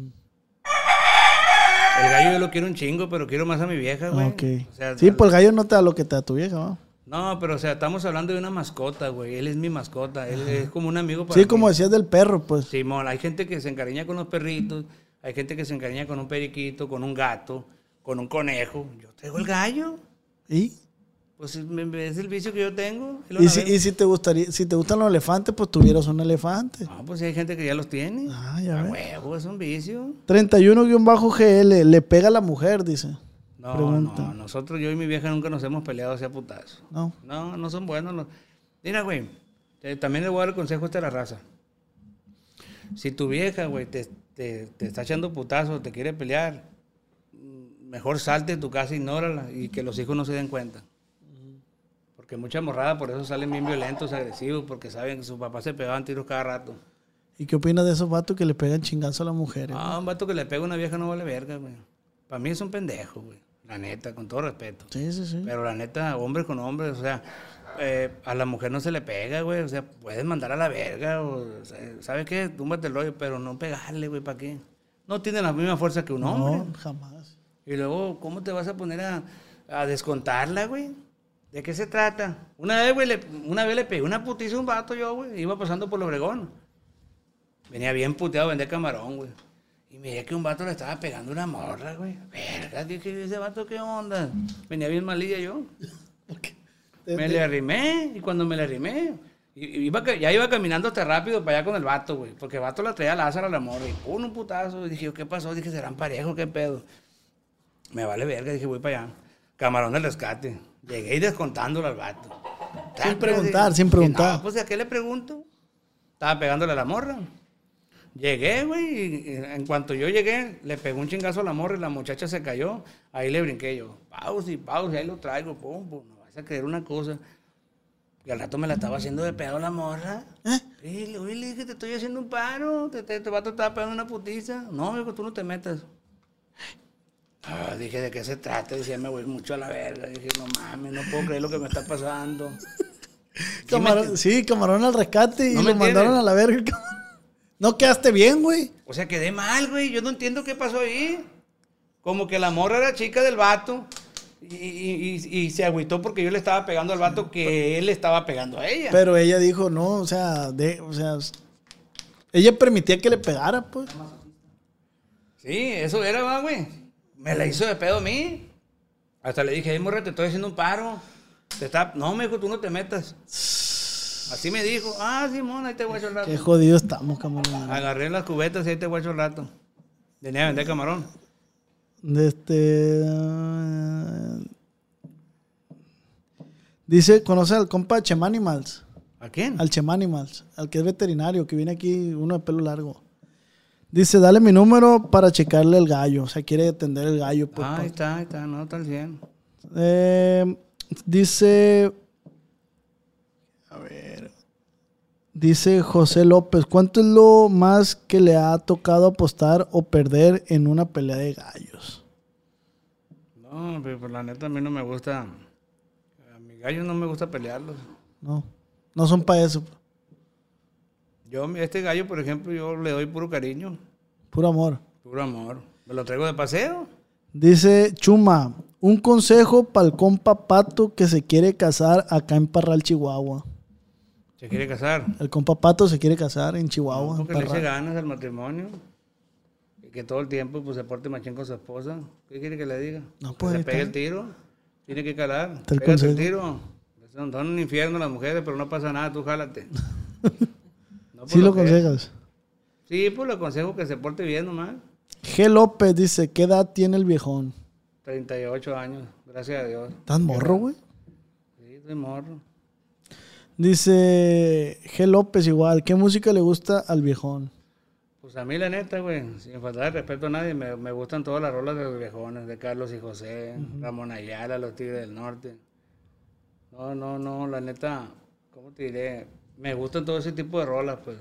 El gallo yo lo quiero un chingo, pero quiero más a mi vieja, güey. Ok. O sea, Sí, pues el gallo no te da lo que te da tu vieja, ¿no? No, pero o sea, estamos hablando de una mascota, güey. Él es mi mascota. Él es como un amigo para Sí, mí. como decías del perro, pues. Simón, hay gente que se encariña con los perritos, hay gente que se encariña con un periquito, con un gato, con un conejo. Yo traigo el gallo. ¿Y? Pues es el vicio que yo tengo. Y si te gustan los elefantes, pues tuvieras un elefante. No, pues sí hay gente que ya los tiene. Ah, ya A ves. huevo, es un vicio. 31-GL, le pega a la mujer, dice. No, Pregunta. no, nosotros, yo y mi vieja nunca nos hemos peleado hacia putazo. No. No son buenos. Mira, güey, también le voy a dar el consejo a la raza. Si tu vieja, güey, te está echando putazo, te quiere pelear, mejor salte de tu casa, ignórala y que los hijos no se den cuenta. Porque mucha morrada, por eso salen bien violentos, agresivos, porque saben que sus papás se pegaban tiros cada rato. ¿Y qué opinas de esos vatos que le pegan chingazo a las mujeres? Ah, un vato que le pega a una vieja no vale verga, güey. Para mí es un pendejo, güey. La neta, con todo respeto. Sí. Pero la neta, hombres con hombres, o sea, a la mujer no se le pega, güey. O sea, puedes mandar a la verga, o sea, ¿sabes qué? Túmbate el rollo, pero no pegarle, güey, ¿para qué? No tiene la misma fuerza que un hombre. No, jamás. Y luego, ¿cómo te vas a poner a descontarla, güey? ¿De qué se trata? Una vez le pegué una putiza a un vato yo, güey. Iba pasando por el Obregón. Venía bien puteado a vender camarón, güey. Y miré que un vato le estaba pegando una morra, güey. Verga, dije, ¿ese vato qué onda? Venía bien malilla yo. Me le arrimé, y cuando me le arrimé, ya iba caminando hasta rápido para allá con el vato, güey. Porque el vato la traía a Lázaro a la morra y pum, un putazo. Y dije, ¿qué pasó? Dije, ¿serán parejos? ¿Qué pedo? Me vale verga, dije, voy para allá. Camarón del rescate. Llegué y descontándolo al vato. Sin preguntar. No, pues ¿a qué le pregunto? Estaba pegándole a la morra. Llegué, güey, y en cuanto yo llegué, le pegó un chingazo a la morra y la muchacha se cayó. Ahí le brinqué yo. Pausa, ahí lo traigo, pum. No vas a creer una cosa. Y al rato me la estaba haciendo de pedo la morra. Y le dije, te estoy haciendo un paro. Te vato estaba pegando una putiza. No, amigo, tú no te metas. Dije, ¿de qué se trata? Decía, me voy mucho a la verga. Dije, no mames, no puedo creer lo que me está pasando. Camarón al rescate y ¿No me lo mandaron entiendes? a la verga. No quedaste bien, güey. O sea, quedé mal, güey. Yo no entiendo qué pasó ahí. Como que la morra era chica del vato y se agüitó porque yo le estaba pegando al vato que él le estaba pegando a ella. Pero ella dijo, no, o sea, ella permitía que le pegara, pues. Sí, eso era, va, güey. Me la hizo de pedo a mí. Hasta le dije, morra, te estoy haciendo un paro. No, me dijo, tú no te metas. Así me dijo. Simón, ahí te voy a echar el rato. Qué jodidos estamos, camarón. Agarré las cubetas y ahí te voy a echar el rato. Venía a vender camarón. Dice, ¿conoce al compa Chemanimals? ¿A quién? Al Chemanimals, al que es veterinario, que viene aquí, uno de pelo largo. Dice, dale mi número para checarle el gallo. O sea, quiere atender el gallo. Pues, Ahí está, no, está al 100. Dice, a ver, dice José López, ¿cuánto es lo más que le ha tocado apostar o perder en una pelea de gallos? No, pero la neta a mí no me gusta. A mis gallos no me gusta pelearlos. No son para eso. Yo, este gallo, por ejemplo, yo le doy puro cariño. Puro amor. Puro amor. Me lo traigo de paseo. Dice Chuma, un consejo para el compa Pato que se quiere casar acá en Parral, Chihuahua. ¿Se quiere casar? El compa Pato se quiere casar en Chihuahua. No, porque le eche ganas al matrimonio. Y que todo el tiempo pues, se porte machín con su esposa. ¿Qué quiere que le diga? No, pues, que le está. pegue el tiro. Tiene que calar. Está el Pégate el consejo. tiro. Son un infierno las mujeres, pero no pasa nada, tú jálate. No, Sí lo aconsejas. Sí, pues le aconsejo que se porte bien nomás. G. López dice, ¿qué edad tiene el viejón? 38 años, gracias a Dios. ¿Estás morro, güey? Sí, estoy morro. Dice G. López igual, ¿qué música le gusta al viejón? Pues a mí la neta, güey, sin faltar de respeto a nadie, me gustan todas las rolas de los viejones, de Carlos y José, Ramón Ayala, Los Tigres del Norte. No, la neta, ¿cómo te diré? Me gustan todo ese tipo de rolas, pues.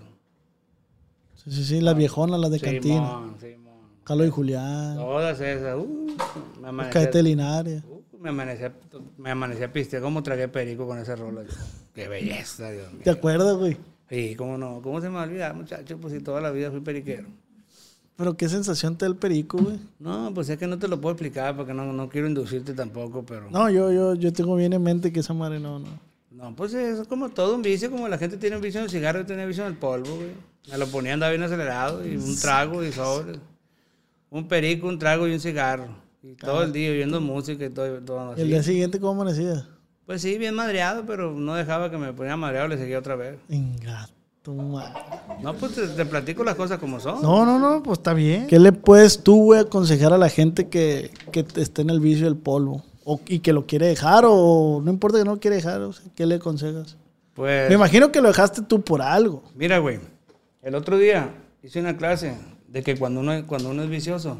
Sí, las viejonas, las de cantina. Simón. Carlos y Julián. Todas esas, Caete Linares. me amanecía a pistear, como tragué perico con esa rola. Qué belleza, Dios mío. ¿Te acuerdas, güey? Sí, cómo no, cómo se me va a olvidar, muchacho, pues si toda la vida fui periquero. Pero qué sensación te da el perico, güey. No, pues es que no te lo puedo explicar porque no quiero inducirte tampoco, pero... No, yo tengo bien en mente que esa madre no. No, pues es como todo un vicio, como la gente tiene un vicio en el cigarro, yo tenía vicio en el polvo, güey. Me lo ponía, andaba bien acelerado, y un trago y sobre. Un perico, un trago y un cigarro. Y todo el día oyendo música y todo así. ¿El día siguiente cómo amanecía? Pues sí, bien madreado, pero no dejaba que me ponía madreado, le seguía otra vez. Ingato, madre. No, pues te platico las cosas como son. No, pues está bien. ¿Qué le puedes tú, güey, aconsejar a la gente que esté en el vicio del polvo? Y que lo quiere dejar, o no importa que no lo quiere dejar, o sea, ¿qué le aconsejas? Pues... Me imagino que lo dejaste tú por algo. Mira, güey, el otro día hice una clase de que cuando uno es vicioso,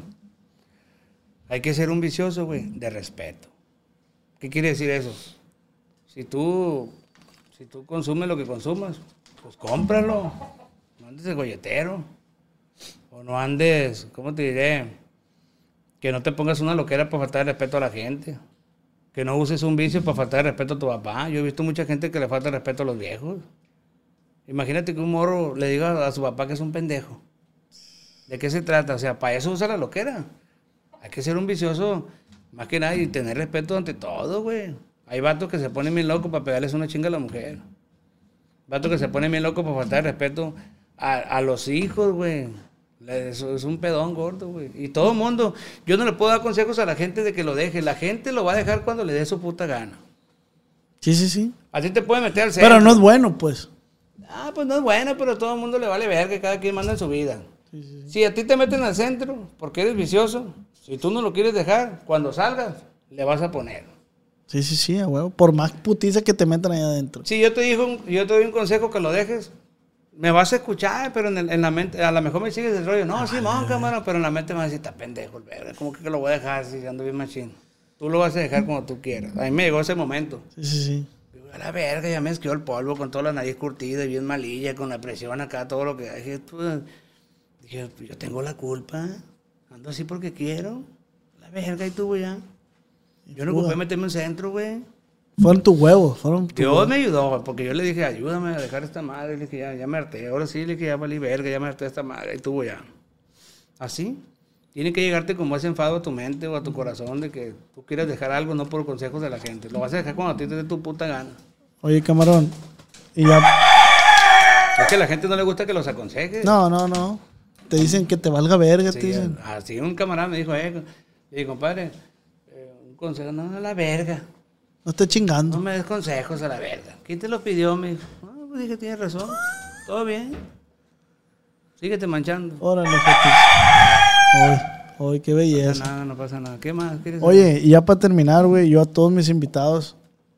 hay que ser un vicioso, güey, de respeto. ¿Qué quiere decir eso? Si tú consumes lo que consumas, pues cómpralo. No andes de golletero. O no andes, ¿cómo te diré? Que no te pongas una loquera para faltar el respeto a la gente. Que no uses un vicio para faltar el respeto a tu papá. Yo he visto mucha gente que le falta el respeto a los viejos. Imagínate que un morro le diga a su papá que es un pendejo. ¿De qué se trata? O sea, para eso usa la loquera. Hay que ser un vicioso, más que nada, y tener respeto ante todo, güey. Hay vatos que se ponen bien locos para pegarles una chinga a la mujer. Vatos que se ponen bien locos para faltar el respeto a los hijos, güey. Eso es un pedón gordo, güey. Y todo el mundo, yo no le puedo dar consejos a la gente de que lo deje. La gente lo va a dejar cuando le dé su puta gana. Sí. Así te puede meter al centro. Pero no es bueno, pues. Pues no es bueno, pero a todo el mundo le vale ver que cada quien manda en su vida. Sí. Si a ti te meten al centro porque eres vicioso, si tú no lo quieres dejar, cuando salgas, le vas a poner. Sí, a huevo. Por más putiza que te metan ahí adentro. Si yo te doy un consejo que lo dejes, me vas a escuchar, pero en la mente, a lo mejor me sigues el rollo. No, Simón, cámara, pero en la mente me vas a decir, está pendejo el verga. ¿Cómo que lo voy a dejar si ando bien machín? Tú lo vas a dejar cuando tú quieras. A mí me llegó ese momento. Sí. A la verga, ya me esquió el polvo con toda la nariz curtida y bien malilla, con la presión acá, todo lo que... Dije, yo tengo la culpa. Ando así porque quiero. La verga, y tú, güey, ya. Yo no ocupé meterme en un centro, güey. Fueron tus huevos. Dios me ayudó, güey, porque yo le dije, ayúdame a dejar esta madre. Le dije, ya me harté. Ahora sí, le dije, ya valí verga, ya me harté esta madre. Y tú, güey, ya. Así. Tiene que llegarte como ese enfado a tu mente o a tu corazón de que tú quieres dejar algo, no por consejos de la gente. Lo vas a dejar cuando a ti te dé tu puta gana. Oye, camarón. Y ya... Es que a la gente no le gusta que los aconsejes. No. Te dicen que te valga verga, Sí, te dicen. así un camarada me dijo, le dije, compadre, un consejo, a la verga. No estés chingando. No me des consejos a la verga. ¿Quién te lo pidió? Me dijo, pues dije, tienes razón. Todo bien. Síguete manchando. Órale, Hoy, qué No belleza. pasa nada, no pasa nada. ¿Qué más quieres Oye, y ya para terminar, güey, yo a todos mis invitados,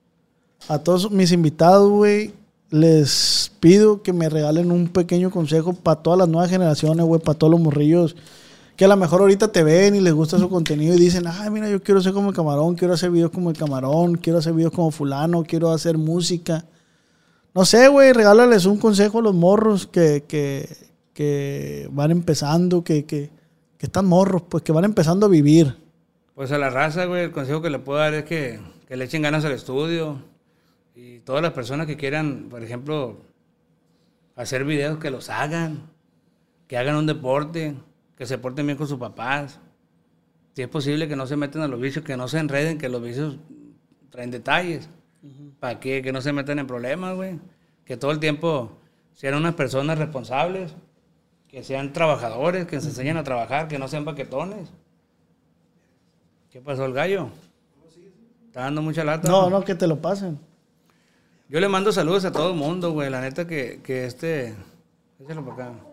güey, les pido que me regalen un pequeño consejo para todas las nuevas generaciones, güey, para todos los morrillos que a lo mejor ahorita te ven y les gusta su contenido y dicen, ay, mira, yo quiero ser como el Camarón, quiero hacer videos como el Camarón, quiero hacer videos como fulano, quiero hacer música. No sé, güey, regálales un consejo a los morros que van empezando, que están morros, pues que van empezando a vivir. Pues a la raza, güey, el consejo que le puedo dar es que le echen ganas al estudio. Y todas las personas que quieran, por ejemplo, hacer videos, que los hagan. Que hagan un deporte, que se porten bien con sus papás. Si es posible, que no se metan a los vicios, que no se enreden, que los vicios traen detalles. ¿Para qué? Que no se metan en problemas, güey. Que todo el tiempo sean unas personas responsables, que sean trabajadores, que se enseñen a trabajar, que no sean paquetones. ¿Qué pasó el gallo? ¿Está dando mucha lata? No, que te lo pasen. Yo le mando saludos a todo el mundo, güey. La neta que échalo para acá.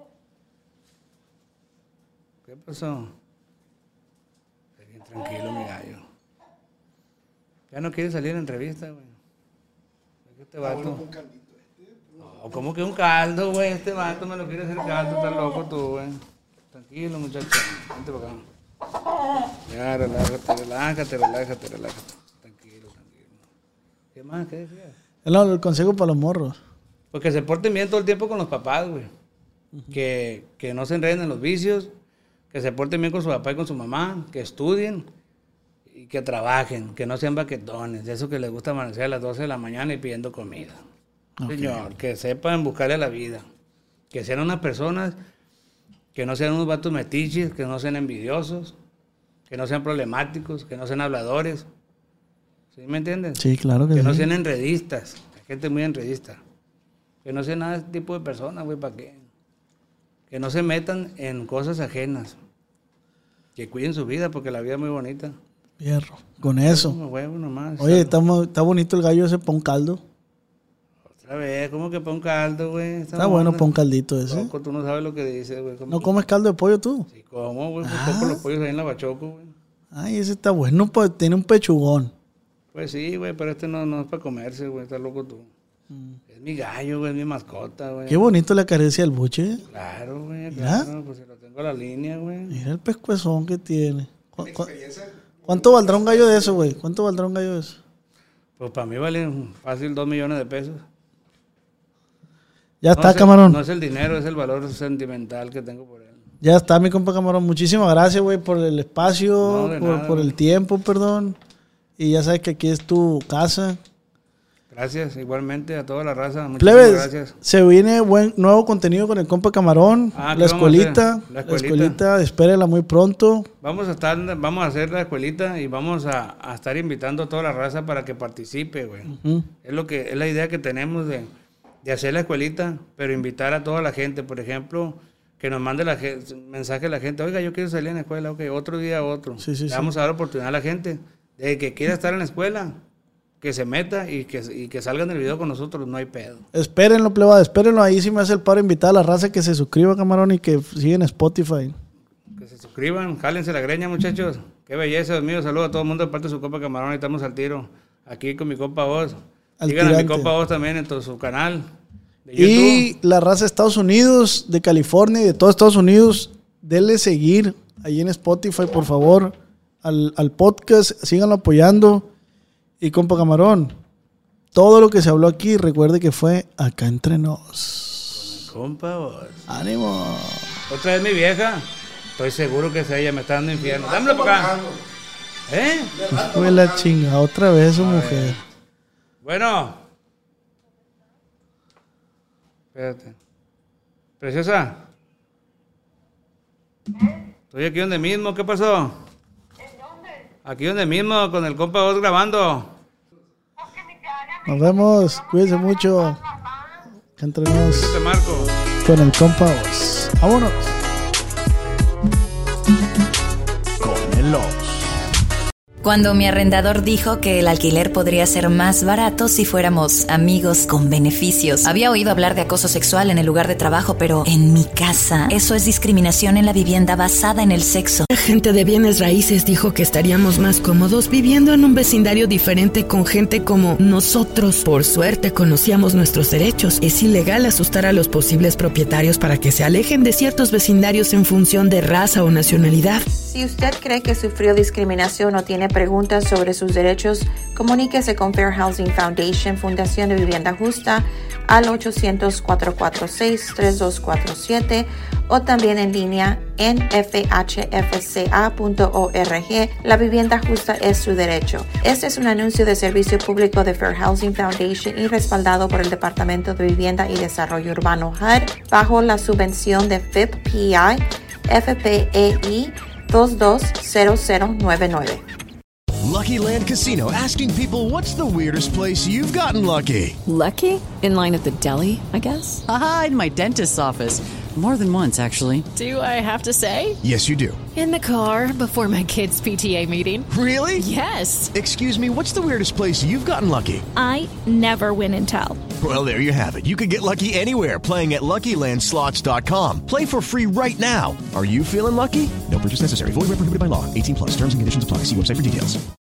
¿Qué pasó? Está bien tranquilo, mi gallo. Ya no quiere salir en entrevista, güey. Este vato. No, ¿cómo que un caldo, güey? Este vato me lo quiere hacer caldo, estás loco tú, güey. Tranquilo, muchacho. Vente para acá. Ya, relájate. Tranquilo. ¿Qué más? ¿Qué decías? No, el consejo para los morros. Pues que se porten bien todo el tiempo con los papás, güey. Que no se enreden en los vicios, que se porten bien con su papá y con su mamá, que estudien y que trabajen, que no sean baquetones, de eso que les gusta amanecer a las 12 de la mañana y pidiendo comida. Okay. Señor, que sepan buscarle a la vida, que sean unas personas que no sean unos vatos metiches, que no sean envidiosos, que no sean problemáticos, que no sean habladores. ¿Sí me entienden? Sí, claro que sí. Que no sean enredistas, hay gente muy enredista. Que no sean nada de ese tipo de personas, güey, ¿para qué? Que no se metan en cosas ajenas. Que cuiden su vida, porque la vida es muy bonita. Fierro, con eso. Huevo nomás. Oye, está bonito el gallo ese, pa' un caldo. Otra vez, ¿cómo que pa' un caldo, güey? Está bueno pa' un caldito ese. Loco, tú no sabes lo que dices, güey. ¿No comes caldo de pollo tú? Sí, ¿cómo, güey? Pues toco los pollos ahí en la Bachoco, güey. Ay, ese está bueno, pues tiene un pechugón. Pues sí, güey, pero este no es para comerse, güey. Estás loco tú. Es mi gallo, güey, es mi mascota, güey. Qué bonito le acaricia el buche. Claro, güey, ¿Mira? claro. Pues se lo tengo a la línea, güey. Mira el pescuezón que tiene. ¿Cuánto valdrá un gallo de eso, güey? ¿Cuánto valdrá un gallo de eso? Pues para mí vale fácil 2 millones de pesos. Ya está, Camarón. No es el dinero, es el valor sentimental que tengo por él. Ya está, mi compa Camarón. Muchísimas gracias, güey, por el espacio, por el tiempo, perdón. Y ya sabes que aquí es tu casa. Gracias, igualmente a toda la raza. Muchas Plebes, gracias. Se viene nuevo contenido con el compa Camarón. La escuelita, espérela muy pronto. Vamos a hacer la escuelita y vamos a estar invitando a toda la raza para que participe, güey. Es la idea que tenemos de hacer la escuelita, pero invitar a toda la gente, por ejemplo, que nos mande mensaje a la gente, oiga, yo quiero salir en la escuela, ok, otro día otro. Le vamos a dar oportunidad a la gente de que quiera estar en la escuela, que se meta y que salga en el video con nosotros, no hay pedo. Espérenlo, plebada, espérenlo. Ahí sí me hace el paro invitar a la raza que se suscriba, Camarón, y que siga en Spotify. Que se suscriban, jálense la greña, muchachos. Qué belleza, Dios mío. Saludos a todo el mundo de parte de su compa Camarón. Ahí estamos al tiro. Aquí con mi compa Oz. Sigan a mi compa Oz también en todo su canal de YouTube. Y la raza de Estados Unidos, de California y de todo Estados Unidos, denle seguir ahí en Spotify, por favor, al podcast. Síganlo apoyando. Y compa Camarón, todo lo que se habló aquí, recuerde que fue acá entre nos. Compa Oz. ¡Ánimo! Otra vez mi vieja. Estoy seguro que es ella, me está dando infierno. Dámelo para acá. ¿Eh? Fue la chinga, otra vez su mujer. Bueno. Espérate. Preciosa. Estoy aquí donde mismo, ¿qué pasó? Aquí donde mismo, con el compa Oz grabando. Nos vemos, cuídense mucho. Acá entre nos Te marco. con el compa Oz. Vámonos. Con el Oz. Cuando mi arrendador dijo que el alquiler podría ser más barato si fuéramos amigos con beneficios. Había oído hablar de acoso sexual en el lugar de trabajo, pero en mi casa, eso es discriminación en la vivienda basada en el sexo. La gente de bienes raíces dijo que estaríamos más cómodos viviendo en un vecindario diferente con gente como nosotros. Por suerte conocíamos nuestros derechos. Es ilegal asustar a los posibles propietarios para que se alejen de ciertos vecindarios en función de raza o nacionalidad. Si usted cree que sufrió discriminación o tiene preguntas sobre sus derechos, comuníquese con Fair Housing Foundation, Fundación de Vivienda Justa, al 800-446-3247 o también en línea en fhfca.org. La vivienda justa es su derecho. Este es un anuncio de servicio público de Fair Housing Foundation y respaldado por el Departamento de Vivienda y Desarrollo Urbano HUD bajo la subvención de FIP-PI, FPEI 220099. Lucky Land Casino, asking people, what's the weirdest place you've gotten lucky? Lucky? In line at the deli, I guess? Aha, in my dentist's office. More than once, actually. Do I have to say? Yes, you do. In the car before my kids' PTA meeting. Really? Yes. Excuse me, what's the weirdest place you've gotten lucky? I never win and tell. Well, there you have it. You can get lucky anywhere, playing at LuckyLandSlots.com. Play for free right now. Are you feeling lucky? No purchase necessary. Void where prohibited by law. 18+. Terms and conditions apply. See website for details.